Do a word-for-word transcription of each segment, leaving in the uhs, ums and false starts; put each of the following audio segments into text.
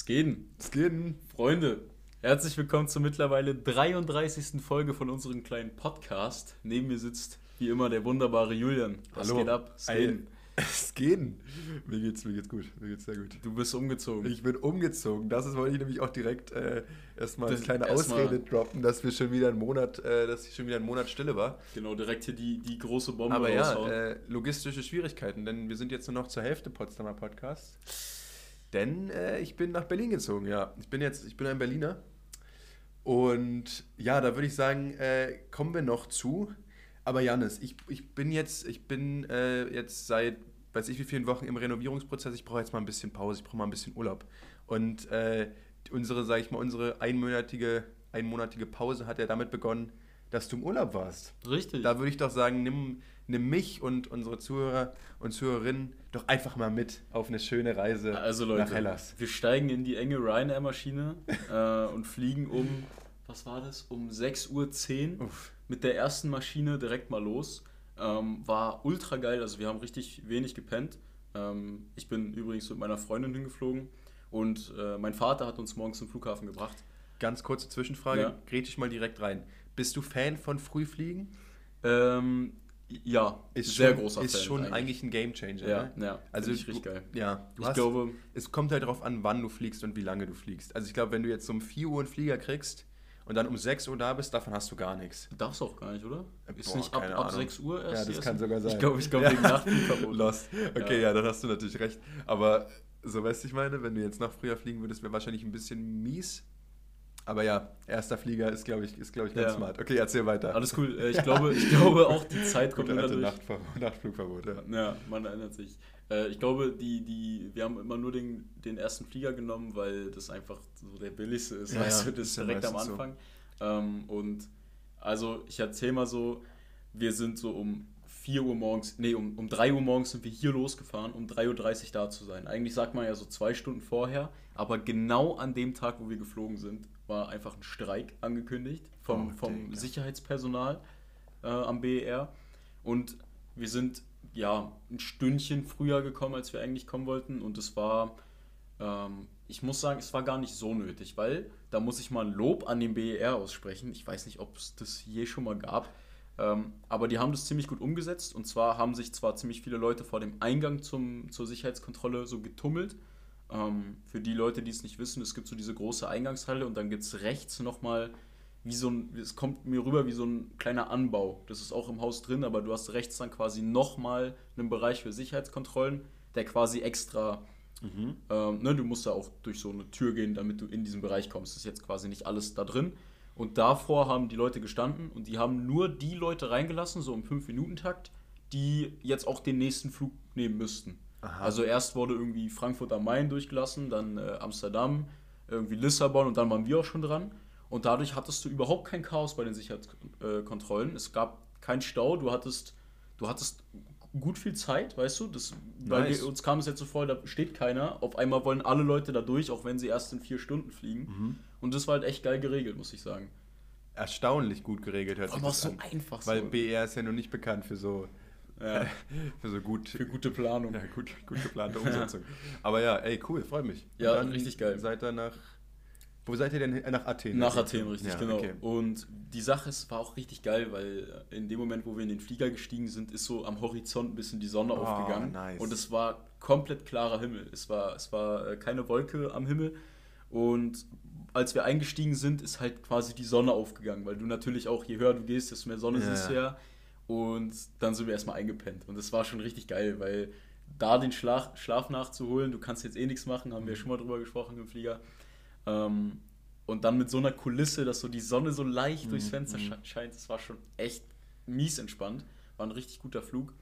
Was geht denn? Was geht denn? Freunde, herzlich willkommen zur mittlerweile dreiunddreißigsten Folge von unserem kleinen Podcast. Neben mir sitzt wie immer der wunderbare Julian. Was Hallo. geht ab? Was geht denn? Es geht denn? Mir geht's, mir geht's gut. Mir geht's sehr gut. Du bist umgezogen. Ich bin umgezogen. Das ist, wollte ich nämlich auch direkt äh, erstmal als Das- kleine erstmal- Ausrede droppen, dass wir schon wieder einen Monat, äh, dass schon wieder ein Monat Stille war. Genau, direkt hier die, die große Bombe Aber ja, raushauen. äh, logistische Schwierigkeiten, denn wir sind jetzt nur noch zur Hälfte Potsdamer Podcast. Denn äh, ich bin nach Berlin gezogen, ja. Ich bin jetzt, ich bin ein Berliner. Und ja, da würde ich sagen, äh, kommen wir noch zu. Aber Jannis, ich, ich bin jetzt, ich bin äh, jetzt seit, weiß ich wie vielen Wochen im Renovierungsprozess. Ich brauche jetzt mal ein bisschen Pause, ich brauche mal ein bisschen Urlaub. Und äh, unsere, sag ich mal, unsere einmonatige, einmonatige Pause hat ja damit begonnen, dass du im Urlaub warst. Richtig. Da würde ich doch sagen, nimm, nimm mich und unsere Zuhörer und Zuhörerinnen doch einfach mal mit auf eine schöne Reise also Leute, nach Hellas. wir steigen in die enge Ryanair-Maschine äh, und fliegen um, was war das, um sechs Uhr zehn Uff. mit der ersten Maschine direkt mal los. Ähm, war ultra geil, also wir haben richtig wenig gepennt. Ähm, ich bin übrigens mit meiner Freundin hingeflogen und äh, mein Vater hat uns morgens zum Flughafen gebracht. Ganz kurze Zwischenfrage, Ja. grätsch ich mal direkt rein. Bist du Fan von Frühfliegen? Ähm, ja, Ist sehr schon, großer Ist Fan schon eigentlich, ein Gamechanger. Ja, Ne? ja, Also finde ich du- richtig geil. Ja, du Ich hast, glaube, es kommt halt darauf an, wann du fliegst und wie lange du fliegst. Also ich glaube, wenn du jetzt um vier Uhr einen Flieger kriegst und dann um sechs Uhr da bist, davon hast du gar nichts. du darfst auch gar nicht, oder? Ist Boah, nicht ab, keine ab Ahnung. sechs Uhr erst? Ja, die das ersten- kann sogar sein. Ich glaube, ich glaube Ja. wegen Nachtflugverbot. Lost. Okay, Ja. ja. dann hast du natürlich recht. Aber so weißt du, ich meine, wenn du jetzt noch früher fliegen würdest, wäre wahrscheinlich ein bisschen mies. Aber ja, erster Flieger ist, glaube ich, ist, glaube ich, ganz Ja. smart. Okay, erzähl weiter. Alles cool. Äh, Ich glaube, ich glaube auch die Zeit kommt Gute nur alte dadurch. Nachtver- Nachtflugverbot, ja. Ja, man erinnert sich. Äh, Ich glaube, die, die, wir haben immer nur den, den ersten Flieger genommen, weil das einfach so der billigste ist. Ja, weißt ja, du, das ist ja direkt am meistens so. Anfang. Ähm, und also ich erzähle mal so, wir sind so um vier Uhr morgens, nee, um, um drei Uhr morgens sind wir hier losgefahren, um drei Uhr dreißig da zu sein. Eigentlich sagt man ja so zwei Stunden vorher, aber genau an dem Tag, wo wir geflogen sind, war einfach ein Streik angekündigt vom, Oh, vom Digga. Sicherheitspersonal äh, am B E R. Und wir sind ja ein Stündchen früher gekommen, als wir eigentlich kommen wollten. Und es war, ähm, ich muss sagen, es war gar nicht so nötig, weil da muss ich mal ein Lob an den B E R aussprechen. Ich weiß nicht, ob es das je schon mal gab. Ähm, aber die haben das ziemlich gut umgesetzt. Und zwar haben sich zwar ziemlich viele Leute vor dem Eingang zum, zur Sicherheitskontrolle so getummelt. Ähm, für die Leute, die es nicht wissen, es gibt so diese große Eingangshalle und dann gibt es rechts nochmal wie so ein, es kommt mir rüber wie so ein kleiner Anbau. Das ist auch im Haus drin, aber du hast rechts dann quasi nochmal einen Bereich für Sicherheitskontrollen, der quasi extra, ähm, ne, du musst da auch durch so eine Tür gehen, damit du in diesen Bereich kommst. Das ist jetzt quasi nicht alles da drin. Und davor haben die Leute gestanden und die haben nur die Leute reingelassen, so im fünf Minuten Takt, die jetzt auch den nächsten Flug nehmen müssten. Aha. Also erst wurde irgendwie Frankfurt am Main durchgelassen, dann äh, Amsterdam, irgendwie Lissabon und dann waren wir auch schon dran. Und dadurch hattest du überhaupt kein Chaos bei den Sicherheitskontrollen. Es gab keinen Stau, du hattest, du hattest gut viel Zeit, weißt du? Das, weil Nice. wir, uns kam es jetzt so vor, da steht keiner. Auf einmal wollen alle Leute da durch, auch wenn sie erst in vier Stunden fliegen. Mhm. Und das war halt echt geil geregelt, muss ich sagen. Erstaunlich gut geregelt hört sich Aber auch das so an. einfach Weil so. B E R ist ja noch nicht bekannt für so, Ja, für so gut, für gute Planung. ja, gut, gut geplante Umsetzung. Aber ja, ey, cool, freut mich. Und Ja, richtig geil. Seid ihr nach, wo seid ihr denn? hin? Nach Athen. Nach Athen, richtig, Ja, genau. okay. Und die Sache ist, war auch richtig geil, weil in dem Moment, wo wir in den Flieger gestiegen sind, ist so am Horizont ein bisschen die Sonne Oh, aufgegangen. nice. Und es war komplett klarer Himmel. Es war, es war äh, keine Wolke am Himmel. Und als wir eingestiegen sind, ist halt quasi die Sonne aufgegangen, weil du natürlich auch, je höher du gehst, desto mehr Sonne Ja. siehst du ja. Und dann sind wir erstmal eingepennt. Und das war schon richtig geil, weil da den Schlaf, Schlaf nachzuholen, du kannst jetzt eh nichts machen, haben wir schon mal drüber gesprochen im Flieger. Ähm, und dann mit so einer Kulisse, dass so die Sonne so leicht durchs Fenster Mhm. sche- scheint, das war schon echt mies entspannt. War ein richtig guter Flug.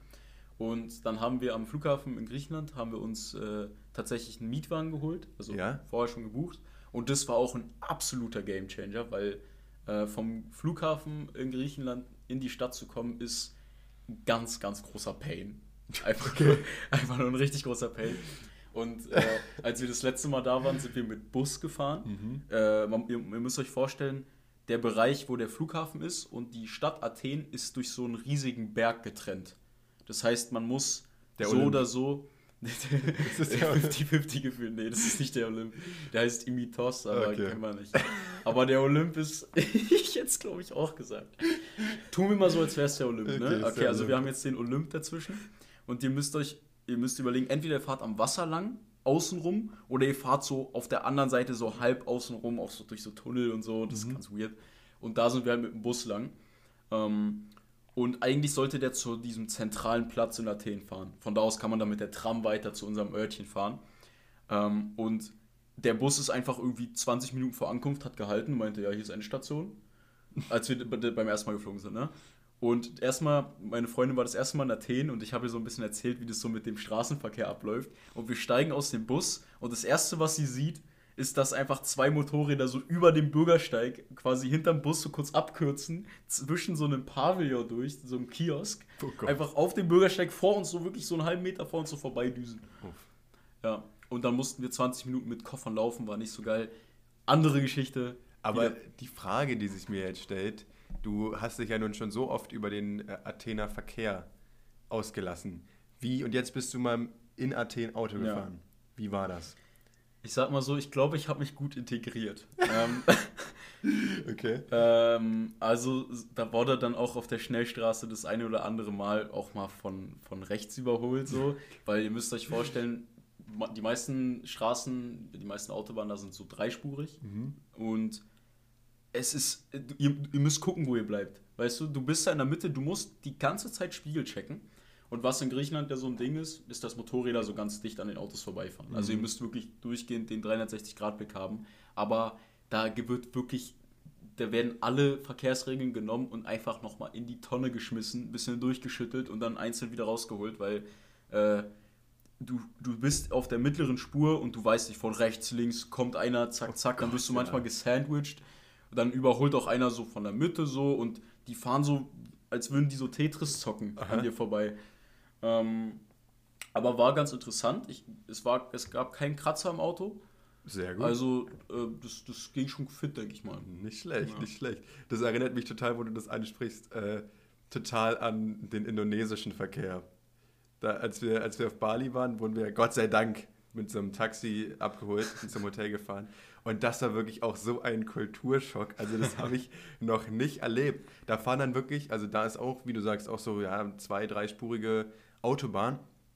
Und dann haben wir am Flughafen in Griechenland, haben wir uns äh, tatsächlich einen Mietwagen geholt, also Ja? vorher schon gebucht. Und das war auch ein absoluter Gamechanger, weil äh, vom Flughafen in Griechenland in die Stadt zu kommen, ist ein ganz, ganz großer Pain. Einfach, nur, einfach nur ein richtig großer Pain. Und äh, als wir das letzte Mal da waren, sind wir mit Bus gefahren. Mhm. Äh, man, ihr, ihr müsst euch vorstellen, der Bereich, wo der Flughafen ist und die Stadt Athen ist durch so einen riesigen Berg getrennt. Das heißt, man muss Der so Olymp. oder so, Das ist der fünfzig fünfzig gefühlt. Nee, das ist nicht der Olymp. Der heißt Imitos, aber Okay. kennen wir nicht. Aber der Olymp ist, ich hätte es glaube ich auch gesagt. Tun wir mal so, als wäre es der Olymp, Okay, ne? ist Okay, der also Olymp. wir haben jetzt den Olymp dazwischen und ihr müsst euch, ihr müsst überlegen, entweder ihr fahrt am Wasser lang, außenrum, oder ihr fahrt so auf der anderen Seite so halb außenrum, auch so durch so Tunnel und so, das Mhm. ist ganz weird. Und da sind wir halt mit dem Bus lang. Ähm, und eigentlich sollte der zu diesem zentralen Platz in Athen fahren. Von da aus kann man dann mit der Tram weiter zu unserem Örtchen fahren. Ähm, und der Bus ist einfach irgendwie zwanzig Minuten vor Ankunft, hat gehalten, meinte, ja, hier ist Endstation, als wir b- beim ersten Mal geflogen sind, ne? Und erstmal, meine Freundin war das erste Mal in Athen und ich habe ihr so ein bisschen erzählt, wie das so mit dem Straßenverkehr abläuft. Und wir steigen aus dem Bus und das erste, was sie sieht, ist, dass einfach zwei Motorräder so über dem Bürgersteig quasi hinterm Bus so kurz abkürzen, zwischen so einem Pavillon durch, so einem Kiosk, Oh Gott. einfach auf dem Bürgersteig vor uns, so wirklich so einen halben Meter vor uns so vorbeidüsen. Uff. Ja, und dann mussten wir zwanzig Minuten mit Koffern laufen, war nicht so geil. Andere Geschichte. Aber wieder- die Frage, die sich mir jetzt stellt, du hast dich ja nun schon so oft über den äh, Athener Verkehr ausgelassen. Wie, und jetzt bist du mal in Athen Auto Ja. gefahren. Wie war das? Ich sag mal so, ich glaube, ich habe mich gut integriert. ähm, Okay. ähm, also da wurde dann auch auf der Schnellstraße das eine oder andere Mal auch mal von, von rechts überholt, so. Weil ihr müsst euch vorstellen, ma- die meisten Straßen, die meisten Autobahnen da sind so dreispurig. Mhm. Und es ist, ihr, ihr müsst gucken, wo ihr bleibt. Weißt du, du bist da in der Mitte, du musst die ganze Zeit Spiegel checken. Und was in Griechenland ja so ein Ding ist, ist, dass Motorräder so ganz dicht an den Autos vorbeifahren. Also ihr Mhm. müsst wirklich durchgehend den dreihundertsechzig Grad Blick haben. Aber da wird wirklich, da werden alle Verkehrsregeln genommen und einfach nochmal in die Tonne geschmissen, ein bisschen durchgeschüttelt und dann einzeln wieder rausgeholt, weil äh, du, du bist auf der mittleren Spur und du weißt nicht, von rechts, links kommt einer, zack, zack, dann Gott, wirst du ja. manchmal gesandwiched. Dann überholt auch einer so von der Mitte so und die fahren so, als würden die so Tetris zocken Aha. an dir vorbei. Ähm, aber war ganz interessant. Ich, es, war, es gab keinen Kratzer im Auto. Sehr gut. Also äh, das, das ging schon fit, denke ich mal. Nicht schlecht, Ja. nicht schlecht. Das erinnert mich total, wo du das ansprichst, äh, total an den indonesischen Verkehr. Da, als wir, als wir auf Bali waren, wurden wir Gott sei Dank mit so einem Taxi abgeholt und zum Hotel gefahren. Und das war wirklich auch so ein Kulturschock. Also das habe ich noch nicht erlebt. Da fahren dann wirklich, also da ist auch, wie du sagst, auch so ja, zwei-, dreispurige Autobahn.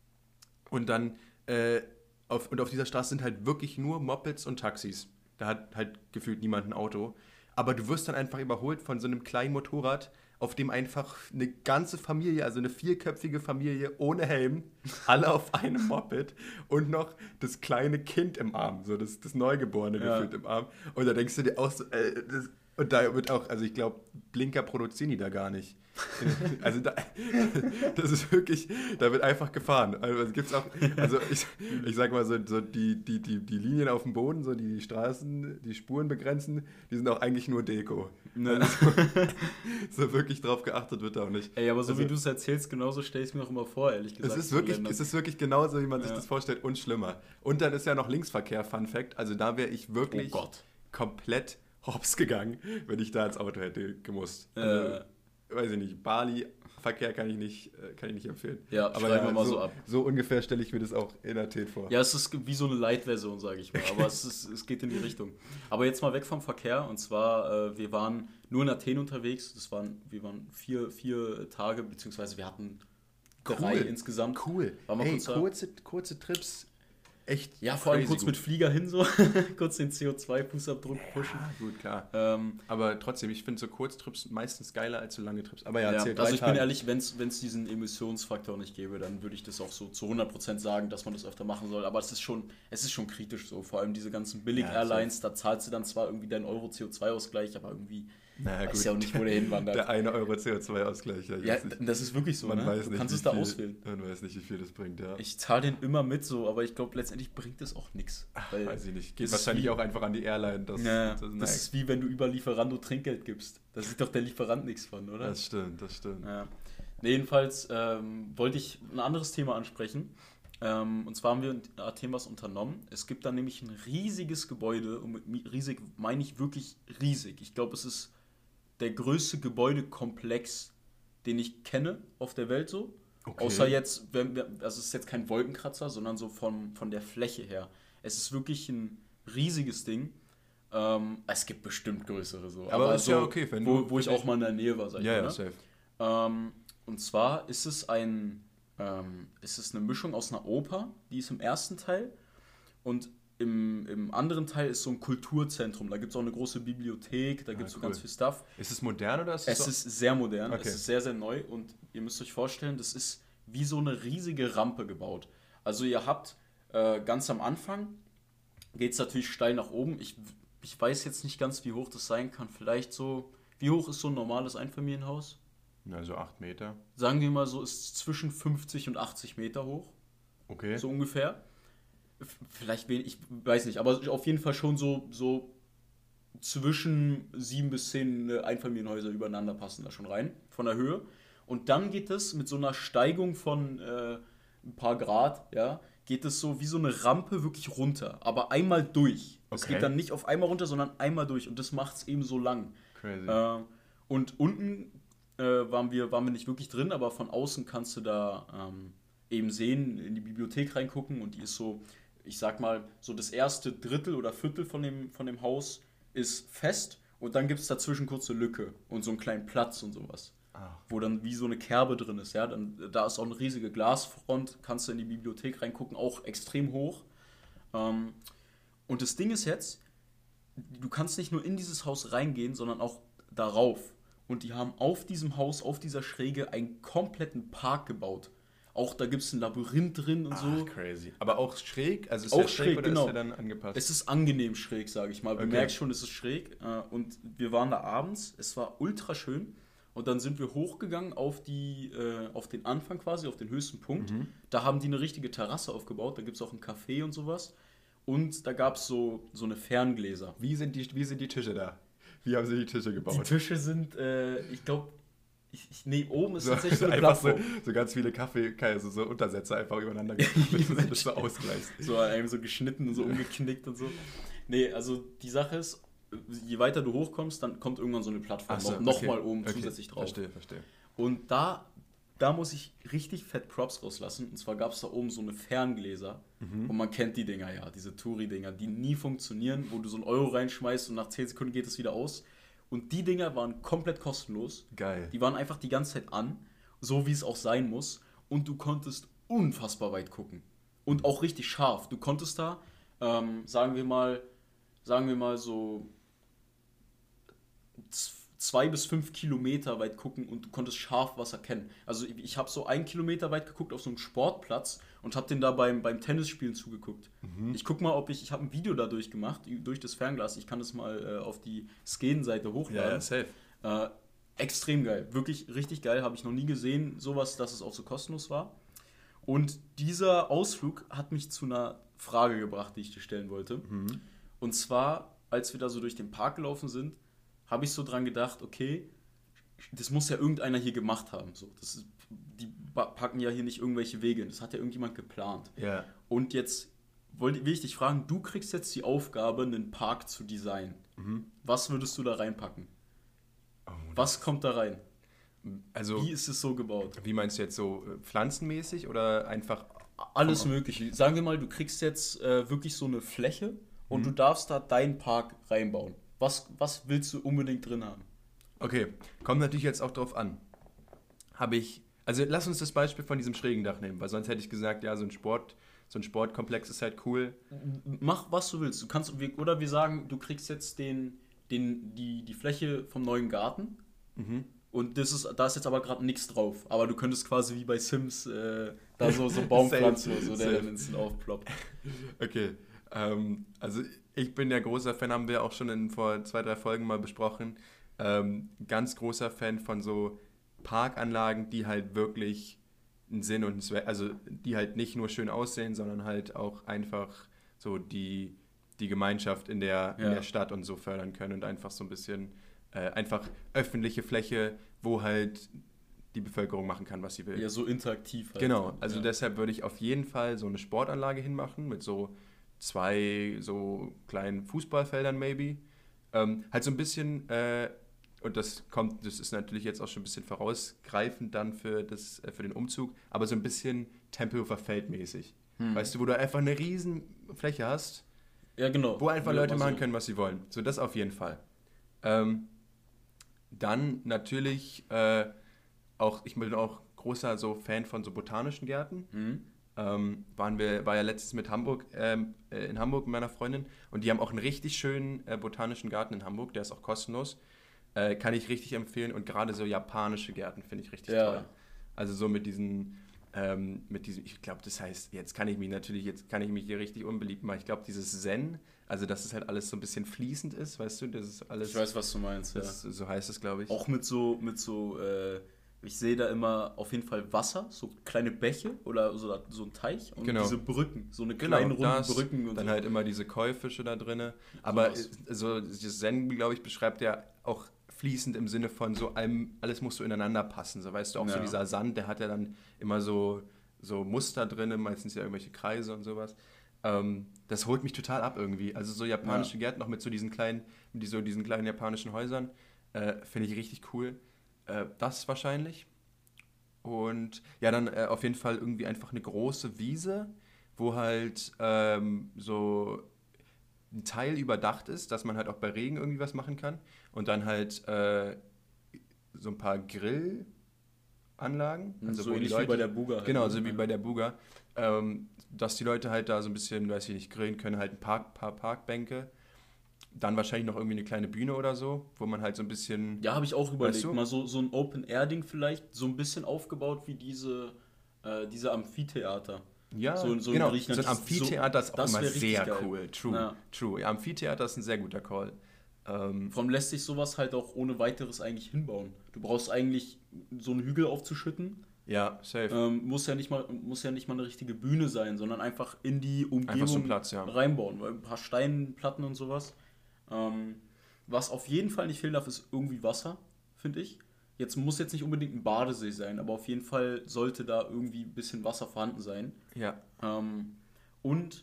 Und dann, äh, auf, und auf dieser Straße sind halt wirklich nur Mopeds und Taxis. Da hat halt gefühlt niemand ein Auto. Aber du wirst dann einfach überholt von so einem kleinen Motorrad, auf dem einfach eine ganze Familie, also eine vierköpfige Familie ohne Helm, alle auf einem Moped und noch das kleine Kind im Arm, so das, das Neugeborene Ja. gefühlt im Arm. Und da denkst du dir auch so, äh, das, und da wird auch, also ich glaube, Blinker produzieren die da gar nicht. Also da, das ist wirklich, da wird einfach gefahren. Also es gibt's auch, also ich, ich sag mal so, so die, die, die, die Linien auf dem Boden, so die Straßen, die Spuren begrenzen, die sind auch eigentlich nur Deko. Ne. Also, so wirklich drauf geachtet wird da auch nicht. Ey, aber so Also- wie du es erzählst, genauso stelle ich es mir auch immer vor, ehrlich Es gesagt. ist, so wirklich, Ländern. es ist wirklich genauso, wie man sich Ja. das vorstellt, und schlimmer. Und dann ist ja noch Linksverkehr, Fun Fact. Also da wäre ich wirklich Oh Gott. komplett hops gegangen, wenn ich da ins Auto hätte gemusst. Also, Äh. weiß ich nicht, Bali-Verkehr kann ich nicht, äh, kann ich nicht empfehlen. Ja, schreiben wir mal so ab. So ungefähr stelle ich mir das auch in Athen vor. Ja, es ist wie so eine Light-Version, sage ich mal, aber es, ist, es geht in die Richtung. Aber jetzt mal weg vom Verkehr, und zwar, äh, wir waren nur in Athen unterwegs, das waren, wir waren vier, vier Tage, beziehungsweise wir hatten drei Cool. insgesamt. Cool. War mal Ey, kurz da. kurze, kurze Trips, echt Ja, vor allem crazy kurz gut. mit Flieger hin, so, kurz den C O zwei Fußabdruck pushen. Ah, gut, klar. Ähm, Aber trotzdem, ich finde so Kurztrips meistens geiler als so lange Trips. Aber ja, ja, erzähl, drei also ich bin Tage. ehrlich, wenn es diesen Emissionsfaktor nicht gäbe, dann würde ich das auch so zu hundert Prozent sagen, dass man das öfter machen soll. Aber es ist schon, es ist schon kritisch so. Vor allem diese ganzen Billig-Airlines, da zahlst du dann zwar irgendwie deinen Euro C O zwei Ausgleich, aber irgendwie Na weiß ja auch nicht, wo der hinwandert. Der eine Euro C O zwei Ausgleich. Ja, ich Ja, weiß nicht. das ist wirklich so, Man ne? weiß Du nicht, kannst wie es da viel, auswählen. Man weiß nicht, wie viel das bringt, ja. Ich zahle den immer mit so, aber ich glaube, letztendlich bringt es auch nichts. Weil Weiß ich nicht. Geht das ist wahrscheinlich wie- auch einfach an die Airline. Das, ja, das, das, naja, ist wie wenn du über Lieferando Trinkgeld gibst. Da sieht doch der Lieferant nichts von, oder? das stimmt, das stimmt. Ja. Nee, jedenfalls ähm, wollte ich ein anderes Thema ansprechen. Ähm, und zwar haben wir in Athen was unternommen. Es gibt da nämlich ein riesiges Gebäude. Und mit mi- riesig meine ich wirklich riesig. Ich glaube, es ist der größte Gebäudekomplex, den ich kenne auf der Welt so. Okay. Außer jetzt, wenn wir, also es ist jetzt kein Wolkenkratzer, sondern so von, von der Fläche her. Es ist wirklich ein riesiges Ding. Ähm, es gibt bestimmt größere so. Aber, aber ist so, ja okay, wenn wo, du... Wo ich auch mal in der Nähe war, sag ich ja, mal. Ja, ne? safe. Ähm, und zwar ist es ein, ähm, ist es eine Mischung aus einer Oper, die ist im ersten Teil. Und im, im anderen Teil ist so ein Kulturzentrum. Da gibt es auch eine große Bibliothek, da gibt es ah, so cool. ganz viel Stuff. Ist es modern oder ist es es so? Es ist sehr modern, Okay. es ist sehr, sehr neu. Und ihr müsst euch vorstellen, das ist wie so eine riesige Rampe gebaut. Also ihr habt äh, ganz am Anfang, geht es natürlich steil nach oben. Ich, ich weiß jetzt nicht ganz, wie hoch das sein kann. Vielleicht so, wie hoch ist so ein normales Einfamilienhaus? Also acht Meter. Sagen wir mal so, ist zwischen fünfzig und achtzig Meter hoch. Okay. So ungefähr. Vielleicht wenig, ich weiß nicht, aber auf jeden Fall schon so, so zwischen sieben bis zehn Einfamilienhäuser übereinander passen da schon rein, von der Höhe. Und dann geht es mit so einer Steigung von äh, ein paar Grad, ja, geht es so wie so eine Rampe wirklich runter, aber einmal durch. Es Okay. geht dann nicht auf einmal runter, sondern einmal durch und das macht es eben so lang. Crazy. Äh, und unten äh, waren, wir, waren wir nicht wirklich drin, aber von außen kannst du da ähm, eben sehen, in die Bibliothek reingucken und die ist so, ich sag mal, so das erste Drittel oder Viertel von dem, von dem Haus ist fest und dann gibt es dazwischen kurze Lücke und so einen kleinen Platz und sowas. Ah. Wo dann wie so eine Kerbe drin ist, ja. Dann, da ist auch eine riesige Glasfront, kannst du in die Bibliothek reingucken, auch extrem hoch. Ähm, und das Ding ist jetzt, du kannst nicht nur in dieses Haus reingehen, sondern auch darauf. Und die haben auf diesem Haus, auf dieser Schräge, einen kompletten Park gebaut. Auch da gibt es ein Labyrinth drin und Ach, so. crazy. Aber auch schräg? Also ist Auch der schräg, schräg, oder genau. ist der dann angepasst? Es ist angenehm schräg, sage ich mal. Du Okay. merkst schon, es ist schräg. Äh, Und wir waren da abends. Es war ultra schön. Und dann sind wir hochgegangen auf, die, äh, auf den Anfang quasi, auf den höchsten Punkt. Mhm. Da haben die eine richtige Terrasse aufgebaut. Da gibt es auch ein Café und sowas. Und da gab es so, so eine Ferngläser. Wie sind, die, wie sind die Tische da? Wie haben sie die Tische gebaut? Die Tische sind, äh, ich glaube, ich, ich, nee, oben ist so, tatsächlich so eine einfach so, Plattform. so ganz viele Kaffee, also so Untersätze einfach übereinander gelegt, dass du das so ausgleichst. So an einem so geschnitten und so umgeknickt und so. Nee, also die Sache ist, je weiter du hochkommst, dann kommt irgendwann so eine Plattform Ach so, noch, noch okay. mal oben Okay. zusätzlich drauf. Verstehe, verstehe. Und da, da muss ich richtig fett Props rauslassen. Und zwar gab es da oben so eine Ferngläser. Mhm. Und man kennt die Dinger ja, diese Touri-Dinger, die nie funktionieren, wo du so einen Euro reinschmeißt und nach zehn Sekunden geht es wieder aus. Und die Dinger waren komplett kostenlos. Geil. Die waren einfach die ganze Zeit an, so wie es auch sein muss. Und du konntest unfassbar weit gucken. Und auch richtig scharf. Du konntest da, ähm, sagen wir mal, sagen wir mal so z- zwei bis fünf Kilometer weit gucken und du konntest scharf was erkennen. Also ich, ich habe so einen Kilometer weit geguckt auf so einem Sportplatz und habe den da beim, beim Tennisspielen zugeguckt. Mhm. Ich guck mal, ob ich, ich habe ein Video dadurch gemacht, durch das Fernglas. Ich kann das mal äh, auf die Skeden-Seite Ja, hochladen. ja, safe. Äh, extrem geil, wirklich richtig geil, habe ich noch nie gesehen, sowas, dass es auch so kostenlos war. Und dieser Ausflug hat mich zu einer Frage gebracht, die ich dir stellen wollte. Mhm. Und zwar, als wir da so durch den Park gelaufen sind, habe ich so dran gedacht, okay, das muss ja irgendeiner hier gemacht haben. So, das ist, die ba- packen ja hier nicht irgendwelche Wege hin, das hat ja irgendjemand geplant. Ja. Und jetzt wollte, will ich dich fragen, du kriegst jetzt die Aufgabe, einen Park zu designen. Mhm. Was würdest du da reinpacken? Oh, Was kommt da rein? Also, Wie ist es so gebaut? wie meinst du jetzt so äh, pflanzenmäßig oder einfach... Alles Mögliche. Sagen wir mal, du kriegst jetzt äh, wirklich so eine Fläche und Mhm. du darfst da deinen Park reinbauen. Was, was willst du unbedingt drin haben? Okay, kommt natürlich jetzt auch drauf an. Habe ich... Also lass uns das Beispiel von diesem schrägen Dach nehmen, weil sonst hätte ich gesagt, ja, so ein Sport, so ein Sportkomplex ist halt cool. Mach, was du willst. Du kannst, wir- oder wir sagen, du kriegst jetzt den, den, die, die Fläche vom neuen Garten Mhm. und das ist, da ist jetzt aber gerade nichts drauf. Aber du könntest quasi wie bei Sims äh, da so, so einen Baum Safe. pflanzen oder so, der Safe. dann instant aufploppt. Okay, ähm, also ich bin ja großer Fan, haben wir auch schon in vor zwei, drei Folgen mal besprochen, ähm, ganz großer Fan von so Parkanlagen, die halt wirklich einen Sinn und einen Zweck, also die halt nicht nur schön aussehen, sondern halt auch einfach so die, die Gemeinschaft in der, in Ja. der Stadt und so fördern können und einfach so ein bisschen äh, einfach öffentliche Fläche, wo halt die Bevölkerung machen kann, was sie will. Ja, so interaktiv halt. Genau, also ja. deshalb würde ich auf jeden Fall so eine Sportanlage hinmachen mit so zwei so kleinen Fußballfeldern maybe. Ähm, halt so ein bisschen äh, und das kommt, das ist natürlich jetzt auch schon ein bisschen vorausgreifend dann für, das, äh, für den Umzug, aber so ein bisschen Tempelhofer Feld mäßig. Hm. Weißt du, wo du einfach eine riesen Fläche hast, ja, genau. wo einfach ja, Leute machen so. können, was sie wollen. So, das auf jeden Fall. Ähm, dann natürlich äh, auch, ich bin auch großer so Fan von so botanischen Gärten. Mhm. Ähm, waren wir, war ja letztens mit Hamburg, ähm, äh, in Hamburg mit meiner Freundin und die haben auch einen richtig schönen äh, botanischen Garten in Hamburg, der ist auch kostenlos. Äh, kann ich richtig empfehlen und gerade so japanische Gärten finde ich richtig Ja. toll. Also so mit diesen, ähm, mit diesem, ich glaube, das heißt, jetzt kann ich mich natürlich, jetzt kann ich mich hier richtig unbeliebt machen. Ich glaube, dieses Zen, also dass es halt alles so ein bisschen fließend ist, weißt du, das ist alles. Ich weiß, was du meinst, das, ja. So heißt es, glaube ich. Auch mit so, mit so, äh, ich sehe da immer auf jeden Fall Wasser, so kleine Bäche oder so, so ein Teich und genau. diese Brücken, so eine genau, kleinen runden das, Brücken. Und dann so. halt immer diese Käufische da drin. Aber was. so das Zen, glaube ich, beschreibt ja auch fließend im Sinne von so allem, alles muss so ineinander passen. So weißt du, auch Ja. so dieser Sand, der hat ja dann immer so, so Muster drin, meistens ja irgendwelche Kreise und sowas. Ähm, das holt mich total ab irgendwie. Also so japanische ja. Gärten, auch mit so diesen kleinen, mit so diesen kleinen japanischen Häusern, äh, finde ich richtig cool. Äh, das wahrscheinlich. Und ja, dann äh, auf jeden Fall irgendwie einfach eine große Wiese, wo halt ähm, so ein Teil überdacht ist, dass man halt auch bei Regen irgendwie was machen kann. Und dann halt äh, so ein paar Grillanlagen. Also so wo die ähnlich Leute, wie bei der Buga. Genau, halt, so ne? wie bei der Buga. Ähm, dass die Leute halt da so ein bisschen, weiß ich nicht, grillen können, halt ein Park, paar Parkbänke. Dann wahrscheinlich noch irgendwie eine kleine Bühne oder so, wo man halt so ein bisschen... Ja, habe ich auch überlegt. Weißt du? Mal so, so ein Open-Air-Ding vielleicht, so ein bisschen aufgebaut wie diese, äh, diese Amphitheater. Ja, so, so genau. in Griechenland. So ein Amphitheater so, ist auch immer sehr geil. cool. True, ja. true. Ja, Amphitheater ist ein sehr guter Call. Ähm, Vor allem lässt sich sowas halt auch ohne weiteres eigentlich hinbauen. Du brauchst eigentlich so einen Hügel aufzuschütten. Ja, safe. Ähm, muss, ja nicht mal, muss ja nicht mal eine richtige Bühne sein, sondern einfach in die Umgebung Einfach so einen Platz, ja. reinbauen. Weil ein paar Steinplatten und sowas. Ähm, was auf jeden Fall nicht fehlen darf, ist irgendwie Wasser, finde ich. Jetzt muss jetzt nicht unbedingt ein Badesee sein, aber auf jeden Fall sollte da irgendwie ein bisschen Wasser vorhanden sein. Ja. Ähm, und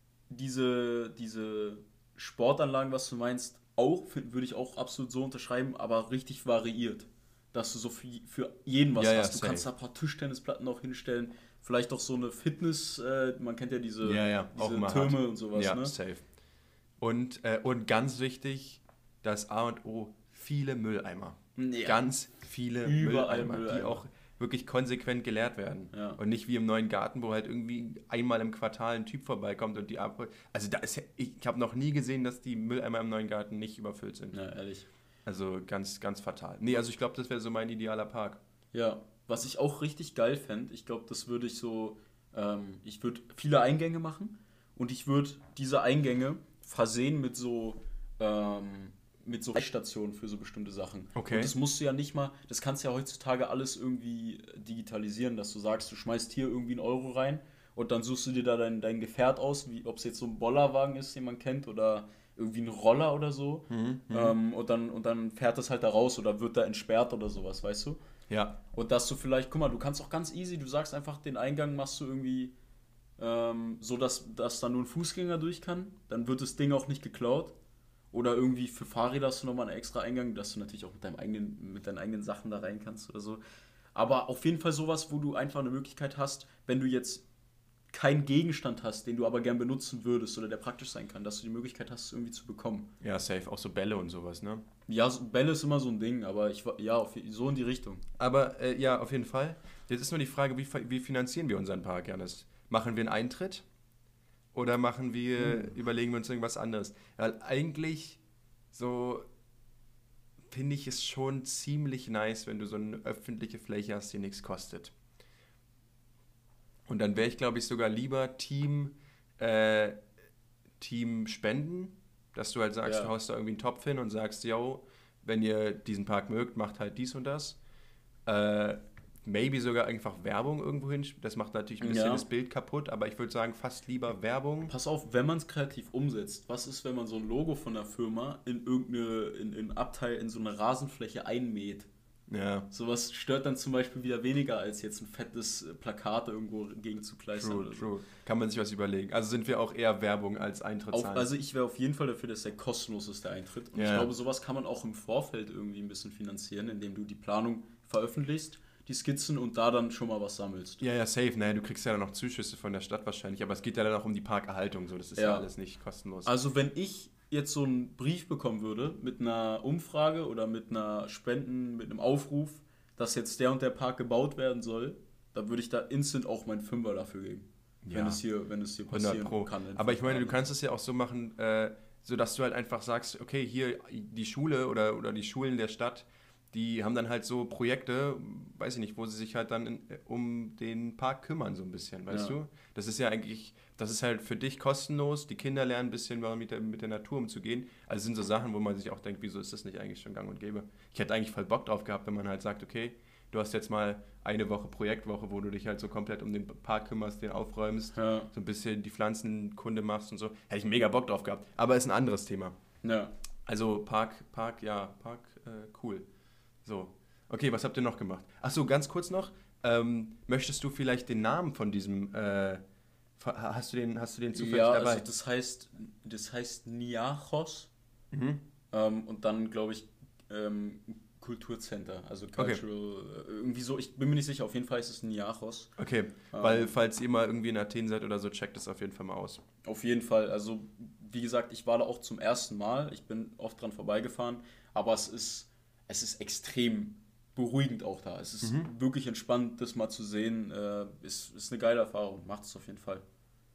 diese, diese Sportanlagen, was du meinst, auch, würde ich auch absolut so unterschreiben, aber richtig variiert. Dass du so für, für jeden was Ja, ja, hast. Du safe. kannst da ein paar Tischtennisplatten auch hinstellen, vielleicht auch so eine Fitness, äh, man kennt ja diese, Ja, ja, auch diese immer Türme hart. und sowas. Ja, Ne? safe. Und, äh, und ganz wichtig, das A und O, viele Mülleimer. Ja. Ganz viele Überall Mülleimer, Mülleimer. die auch wirklich konsequent geleert werden. Ja. Und nicht wie im neuen Garten, wo halt irgendwie einmal im Quartal ein Typ vorbeikommt und die abholt. Also da ist, ich habe noch nie gesehen, dass die Mülleimer im neuen Garten nicht überfüllt sind. Ja, ehrlich. Also ganz, ganz fatal. Nee, also ich glaube, das wäre so mein idealer Park. Ja, was ich auch richtig geil fände, ich glaube, das würde ich so, ähm, ich würde viele Eingänge machen und ich würde diese Eingänge versehen mit so, ähm, mit so Stationen für so bestimmte Sachen. Okay. Und das musst du ja nicht mal, das kannst du ja heutzutage alles irgendwie digitalisieren, dass du sagst, du schmeißt hier irgendwie einen Euro rein und dann suchst du dir da dein, dein Gefährt aus, wie ob es jetzt so ein Bollerwagen ist, den man kennt, oder irgendwie ein Roller oder so. Mhm, ähm, und, dann, und dann fährt das halt da raus oder wird da entsperrt oder sowas, weißt du? Ja. Und dass du vielleicht, guck mal, du kannst auch ganz easy, du sagst einfach, den Eingang machst du irgendwie ähm, so, dass, dass da nur ein Fußgänger durch kann. Dann wird das Ding auch nicht geklaut. Oder irgendwie für Fahrräder hast du nochmal einen extra Eingang, dass du natürlich auch mit, deinem eigenen, mit deinen eigenen Sachen da rein kannst oder so. Aber auf jeden Fall sowas, wo du einfach eine Möglichkeit hast, wenn du jetzt keinen Gegenstand hast, den du aber gern benutzen würdest oder der praktisch sein kann, dass du die Möglichkeit hast, es irgendwie zu bekommen. Ja, safe. Auch so Bälle und sowas, ne? Ja, so, Bälle ist immer so ein Ding, aber ich ja, auf, so in die Richtung. Aber äh, ja, auf jeden Fall. Jetzt ist nur die Frage, wie, wie finanzieren wir unseren Park, Janis? Machen wir einen Eintritt? Oder machen wir, hm. überlegen wir uns irgendwas anderes? Weil eigentlich so finde ich es schon ziemlich nice, wenn du so eine öffentliche Fläche hast, die nichts kostet. Und dann wäre ich, glaube ich, sogar lieber Team, äh, Team Spenden, dass du halt sagst, ja. du haust da irgendwie einen Topf hin und sagst, yo, wenn ihr diesen Park mögt, macht halt dies und das. Äh, maybe sogar einfach Werbung irgendwo hin. Das macht natürlich ein bisschen ja. das Bild kaputt, aber ich würde sagen, fast lieber Werbung. Pass auf, wenn man es kreativ umsetzt, was ist, wenn man so ein Logo von der Firma in irgendeine, in, in Abteil, in so eine Rasenfläche einmäht? Ja. Sowas stört dann zum Beispiel wieder weniger, als jetzt ein fettes Plakat irgendwo gegen zu kleistern. True, oder so. true. Kann man sich was überlegen. Also sind wir auch eher Werbung als Eintritt Auf, zahlen. also ich wäre auf jeden Fall dafür, dass der kostenlos ist, der Eintritt. Und Ja. ich glaube, sowas kann man auch im Vorfeld irgendwie ein bisschen finanzieren, indem du die Planung veröffentlichst, die Skizzen und da dann schon mal was sammelst. Ja, ja, safe. Naja, du kriegst ja dann noch Zuschüsse von der Stadt wahrscheinlich, aber es geht ja dann auch um die Parkerhaltung. So. Das ist ja, Ja. alles nicht kostenlos. Also wenn ich jetzt so einen Brief bekommen würde mit einer Umfrage oder mit einer Spenden, mit einem Aufruf, dass jetzt der und der Park gebaut werden soll, dann würde ich da instant auch meinen Fünfer dafür geben. Ja. Wenn es hier, wenn es hier hundert passieren Pro. kann. in Aber ich meine, du fünf kannst es ja auch so machen, äh, so dass du halt einfach sagst, okay, hier die Schule oder, oder die Schulen der Stadt, die haben dann halt so Projekte, weiß ich nicht, wo sie sich halt dann in, um den Park kümmern so ein bisschen, weißt Ja. du? Das ist ja eigentlich, das ist halt für dich kostenlos, die Kinder lernen ein bisschen mal mit der, mit der Natur umzugehen. Also es sind so Sachen, wo man sich auch denkt, wieso ist das nicht eigentlich schon gang und gäbe? Ich hätte eigentlich voll Bock drauf gehabt, wenn man halt sagt, okay, du hast jetzt mal eine Woche Projektwoche, wo du dich halt so komplett um den Park kümmerst, den aufräumst, Ja. so ein bisschen die Pflanzenkunde machst und so. Hätte ich mega Bock drauf gehabt. Aber ist ein anderes Thema. Ja. Also Park, Park, ja, Park, äh, cool. So. Okay, was habt ihr noch gemacht? Achso, ganz kurz noch. Ähm, möchtest du vielleicht den Namen von diesem, äh, hast du den, hast du den zufällig Ja, dabei? also das heißt, das heißt Niachos Mhm. ähm, und dann glaube ich ähm, Kulturcenter, also Cultural, äh, irgendwie so, ich bin mir nicht sicher, auf jeden Fall ist es Niachos. Okay, Ähm, weil falls ihr mal irgendwie in Athen seid oder so, checkt es auf jeden Fall mal aus. Auf jeden Fall, also wie gesagt, ich war da auch zum ersten Mal, ich bin oft dran vorbeigefahren, aber es ist, es ist extrem beruhigend auch da. Es ist Mhm. wirklich entspannt, das mal zu sehen, äh, ist, ist eine geile Erfahrung, macht es auf jeden Fall.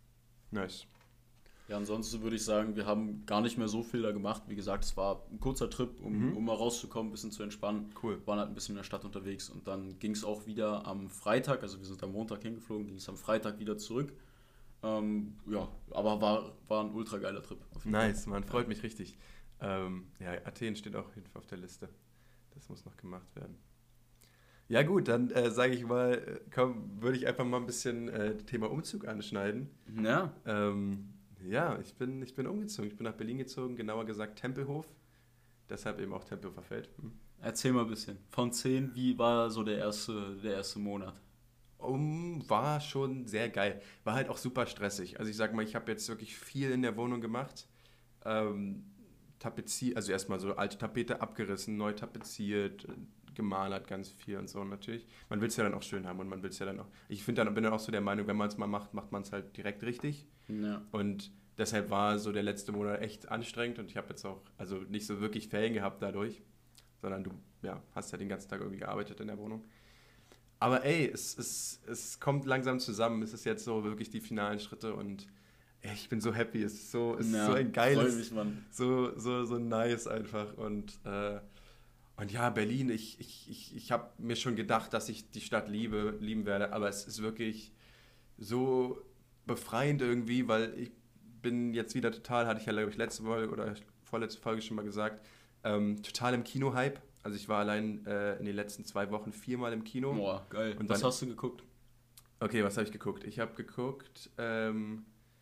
Nice. Ja, ansonsten würde ich sagen, wir haben gar nicht mehr so viel da gemacht. Wie gesagt, es war ein kurzer Trip, um, Mhm. um mal rauszukommen, ein bisschen zu entspannen. Cool. Wir waren halt ein bisschen in der Stadt unterwegs und dann ging es auch wieder am Freitag, also wir sind am Montag hingeflogen, ging es am Freitag wieder zurück. Ähm, ja, aber war, war ein ultra geiler Trip. Auf jeden Nice, Fall. man, freut mich richtig. Ähm, ja, Athen steht auch auf jeden Fall auf der Liste. Das muss noch gemacht werden. Ja gut, dann äh, sage ich mal, äh, komm, würde ich einfach mal ein bisschen äh, Thema Umzug anschneiden. Ja, Ähm, ja, ich bin, ich bin umgezogen. Ich bin nach Berlin gezogen, genauer gesagt Tempelhof. Deshalb eben auch Tempelhofer Feld. Hm. erzähl mal ein bisschen. Von zehn, wie war so der erste, der erste Monat? Um, war schon sehr geil. War halt auch super stressig. Also ich sag mal, ich habe jetzt wirklich viel in der Wohnung gemacht. Ähm, tapeziert, also erstmal so alte Tapete abgerissen, neu tapeziert, äh, gemalert ganz viel und so natürlich. Man will es ja dann auch schön haben und man will es ja dann auch. Ich finde dann, bin dann auch so der Meinung, wenn man es mal macht, macht man es halt direkt richtig. Ja, Und deshalb war so der letzte Monat echt anstrengend und ich habe jetzt auch, also nicht so wirklich Ferien gehabt dadurch, sondern du ja, hast ja den ganzen Tag irgendwie gearbeitet in der Wohnung. Aber ey, es, es, es kommt langsam zusammen. Es ist jetzt so wirklich die finalen Schritte und ey, ich bin so happy. Es ist so, es ist ja, so ein freu geiles, mich, Mann. so, so, so nice einfach. Und, äh, und ja, Berlin, ich, ich, ich, ich habe mir schon gedacht, dass ich die Stadt liebe, lieben werde, aber es ist wirklich so befreiend irgendwie, weil ich bin jetzt wieder total, hatte ich ja glaube ich letzte Folge oder vorletzte Folge schon mal gesagt, ähm, total im Kino-Hype. Also ich war allein äh, in den letzten zwei Wochen viermal im Kino. Boah, geil. Und Was dann- hast du geguckt? Okay, was habe ich geguckt? Ich habe geguckt, ähm,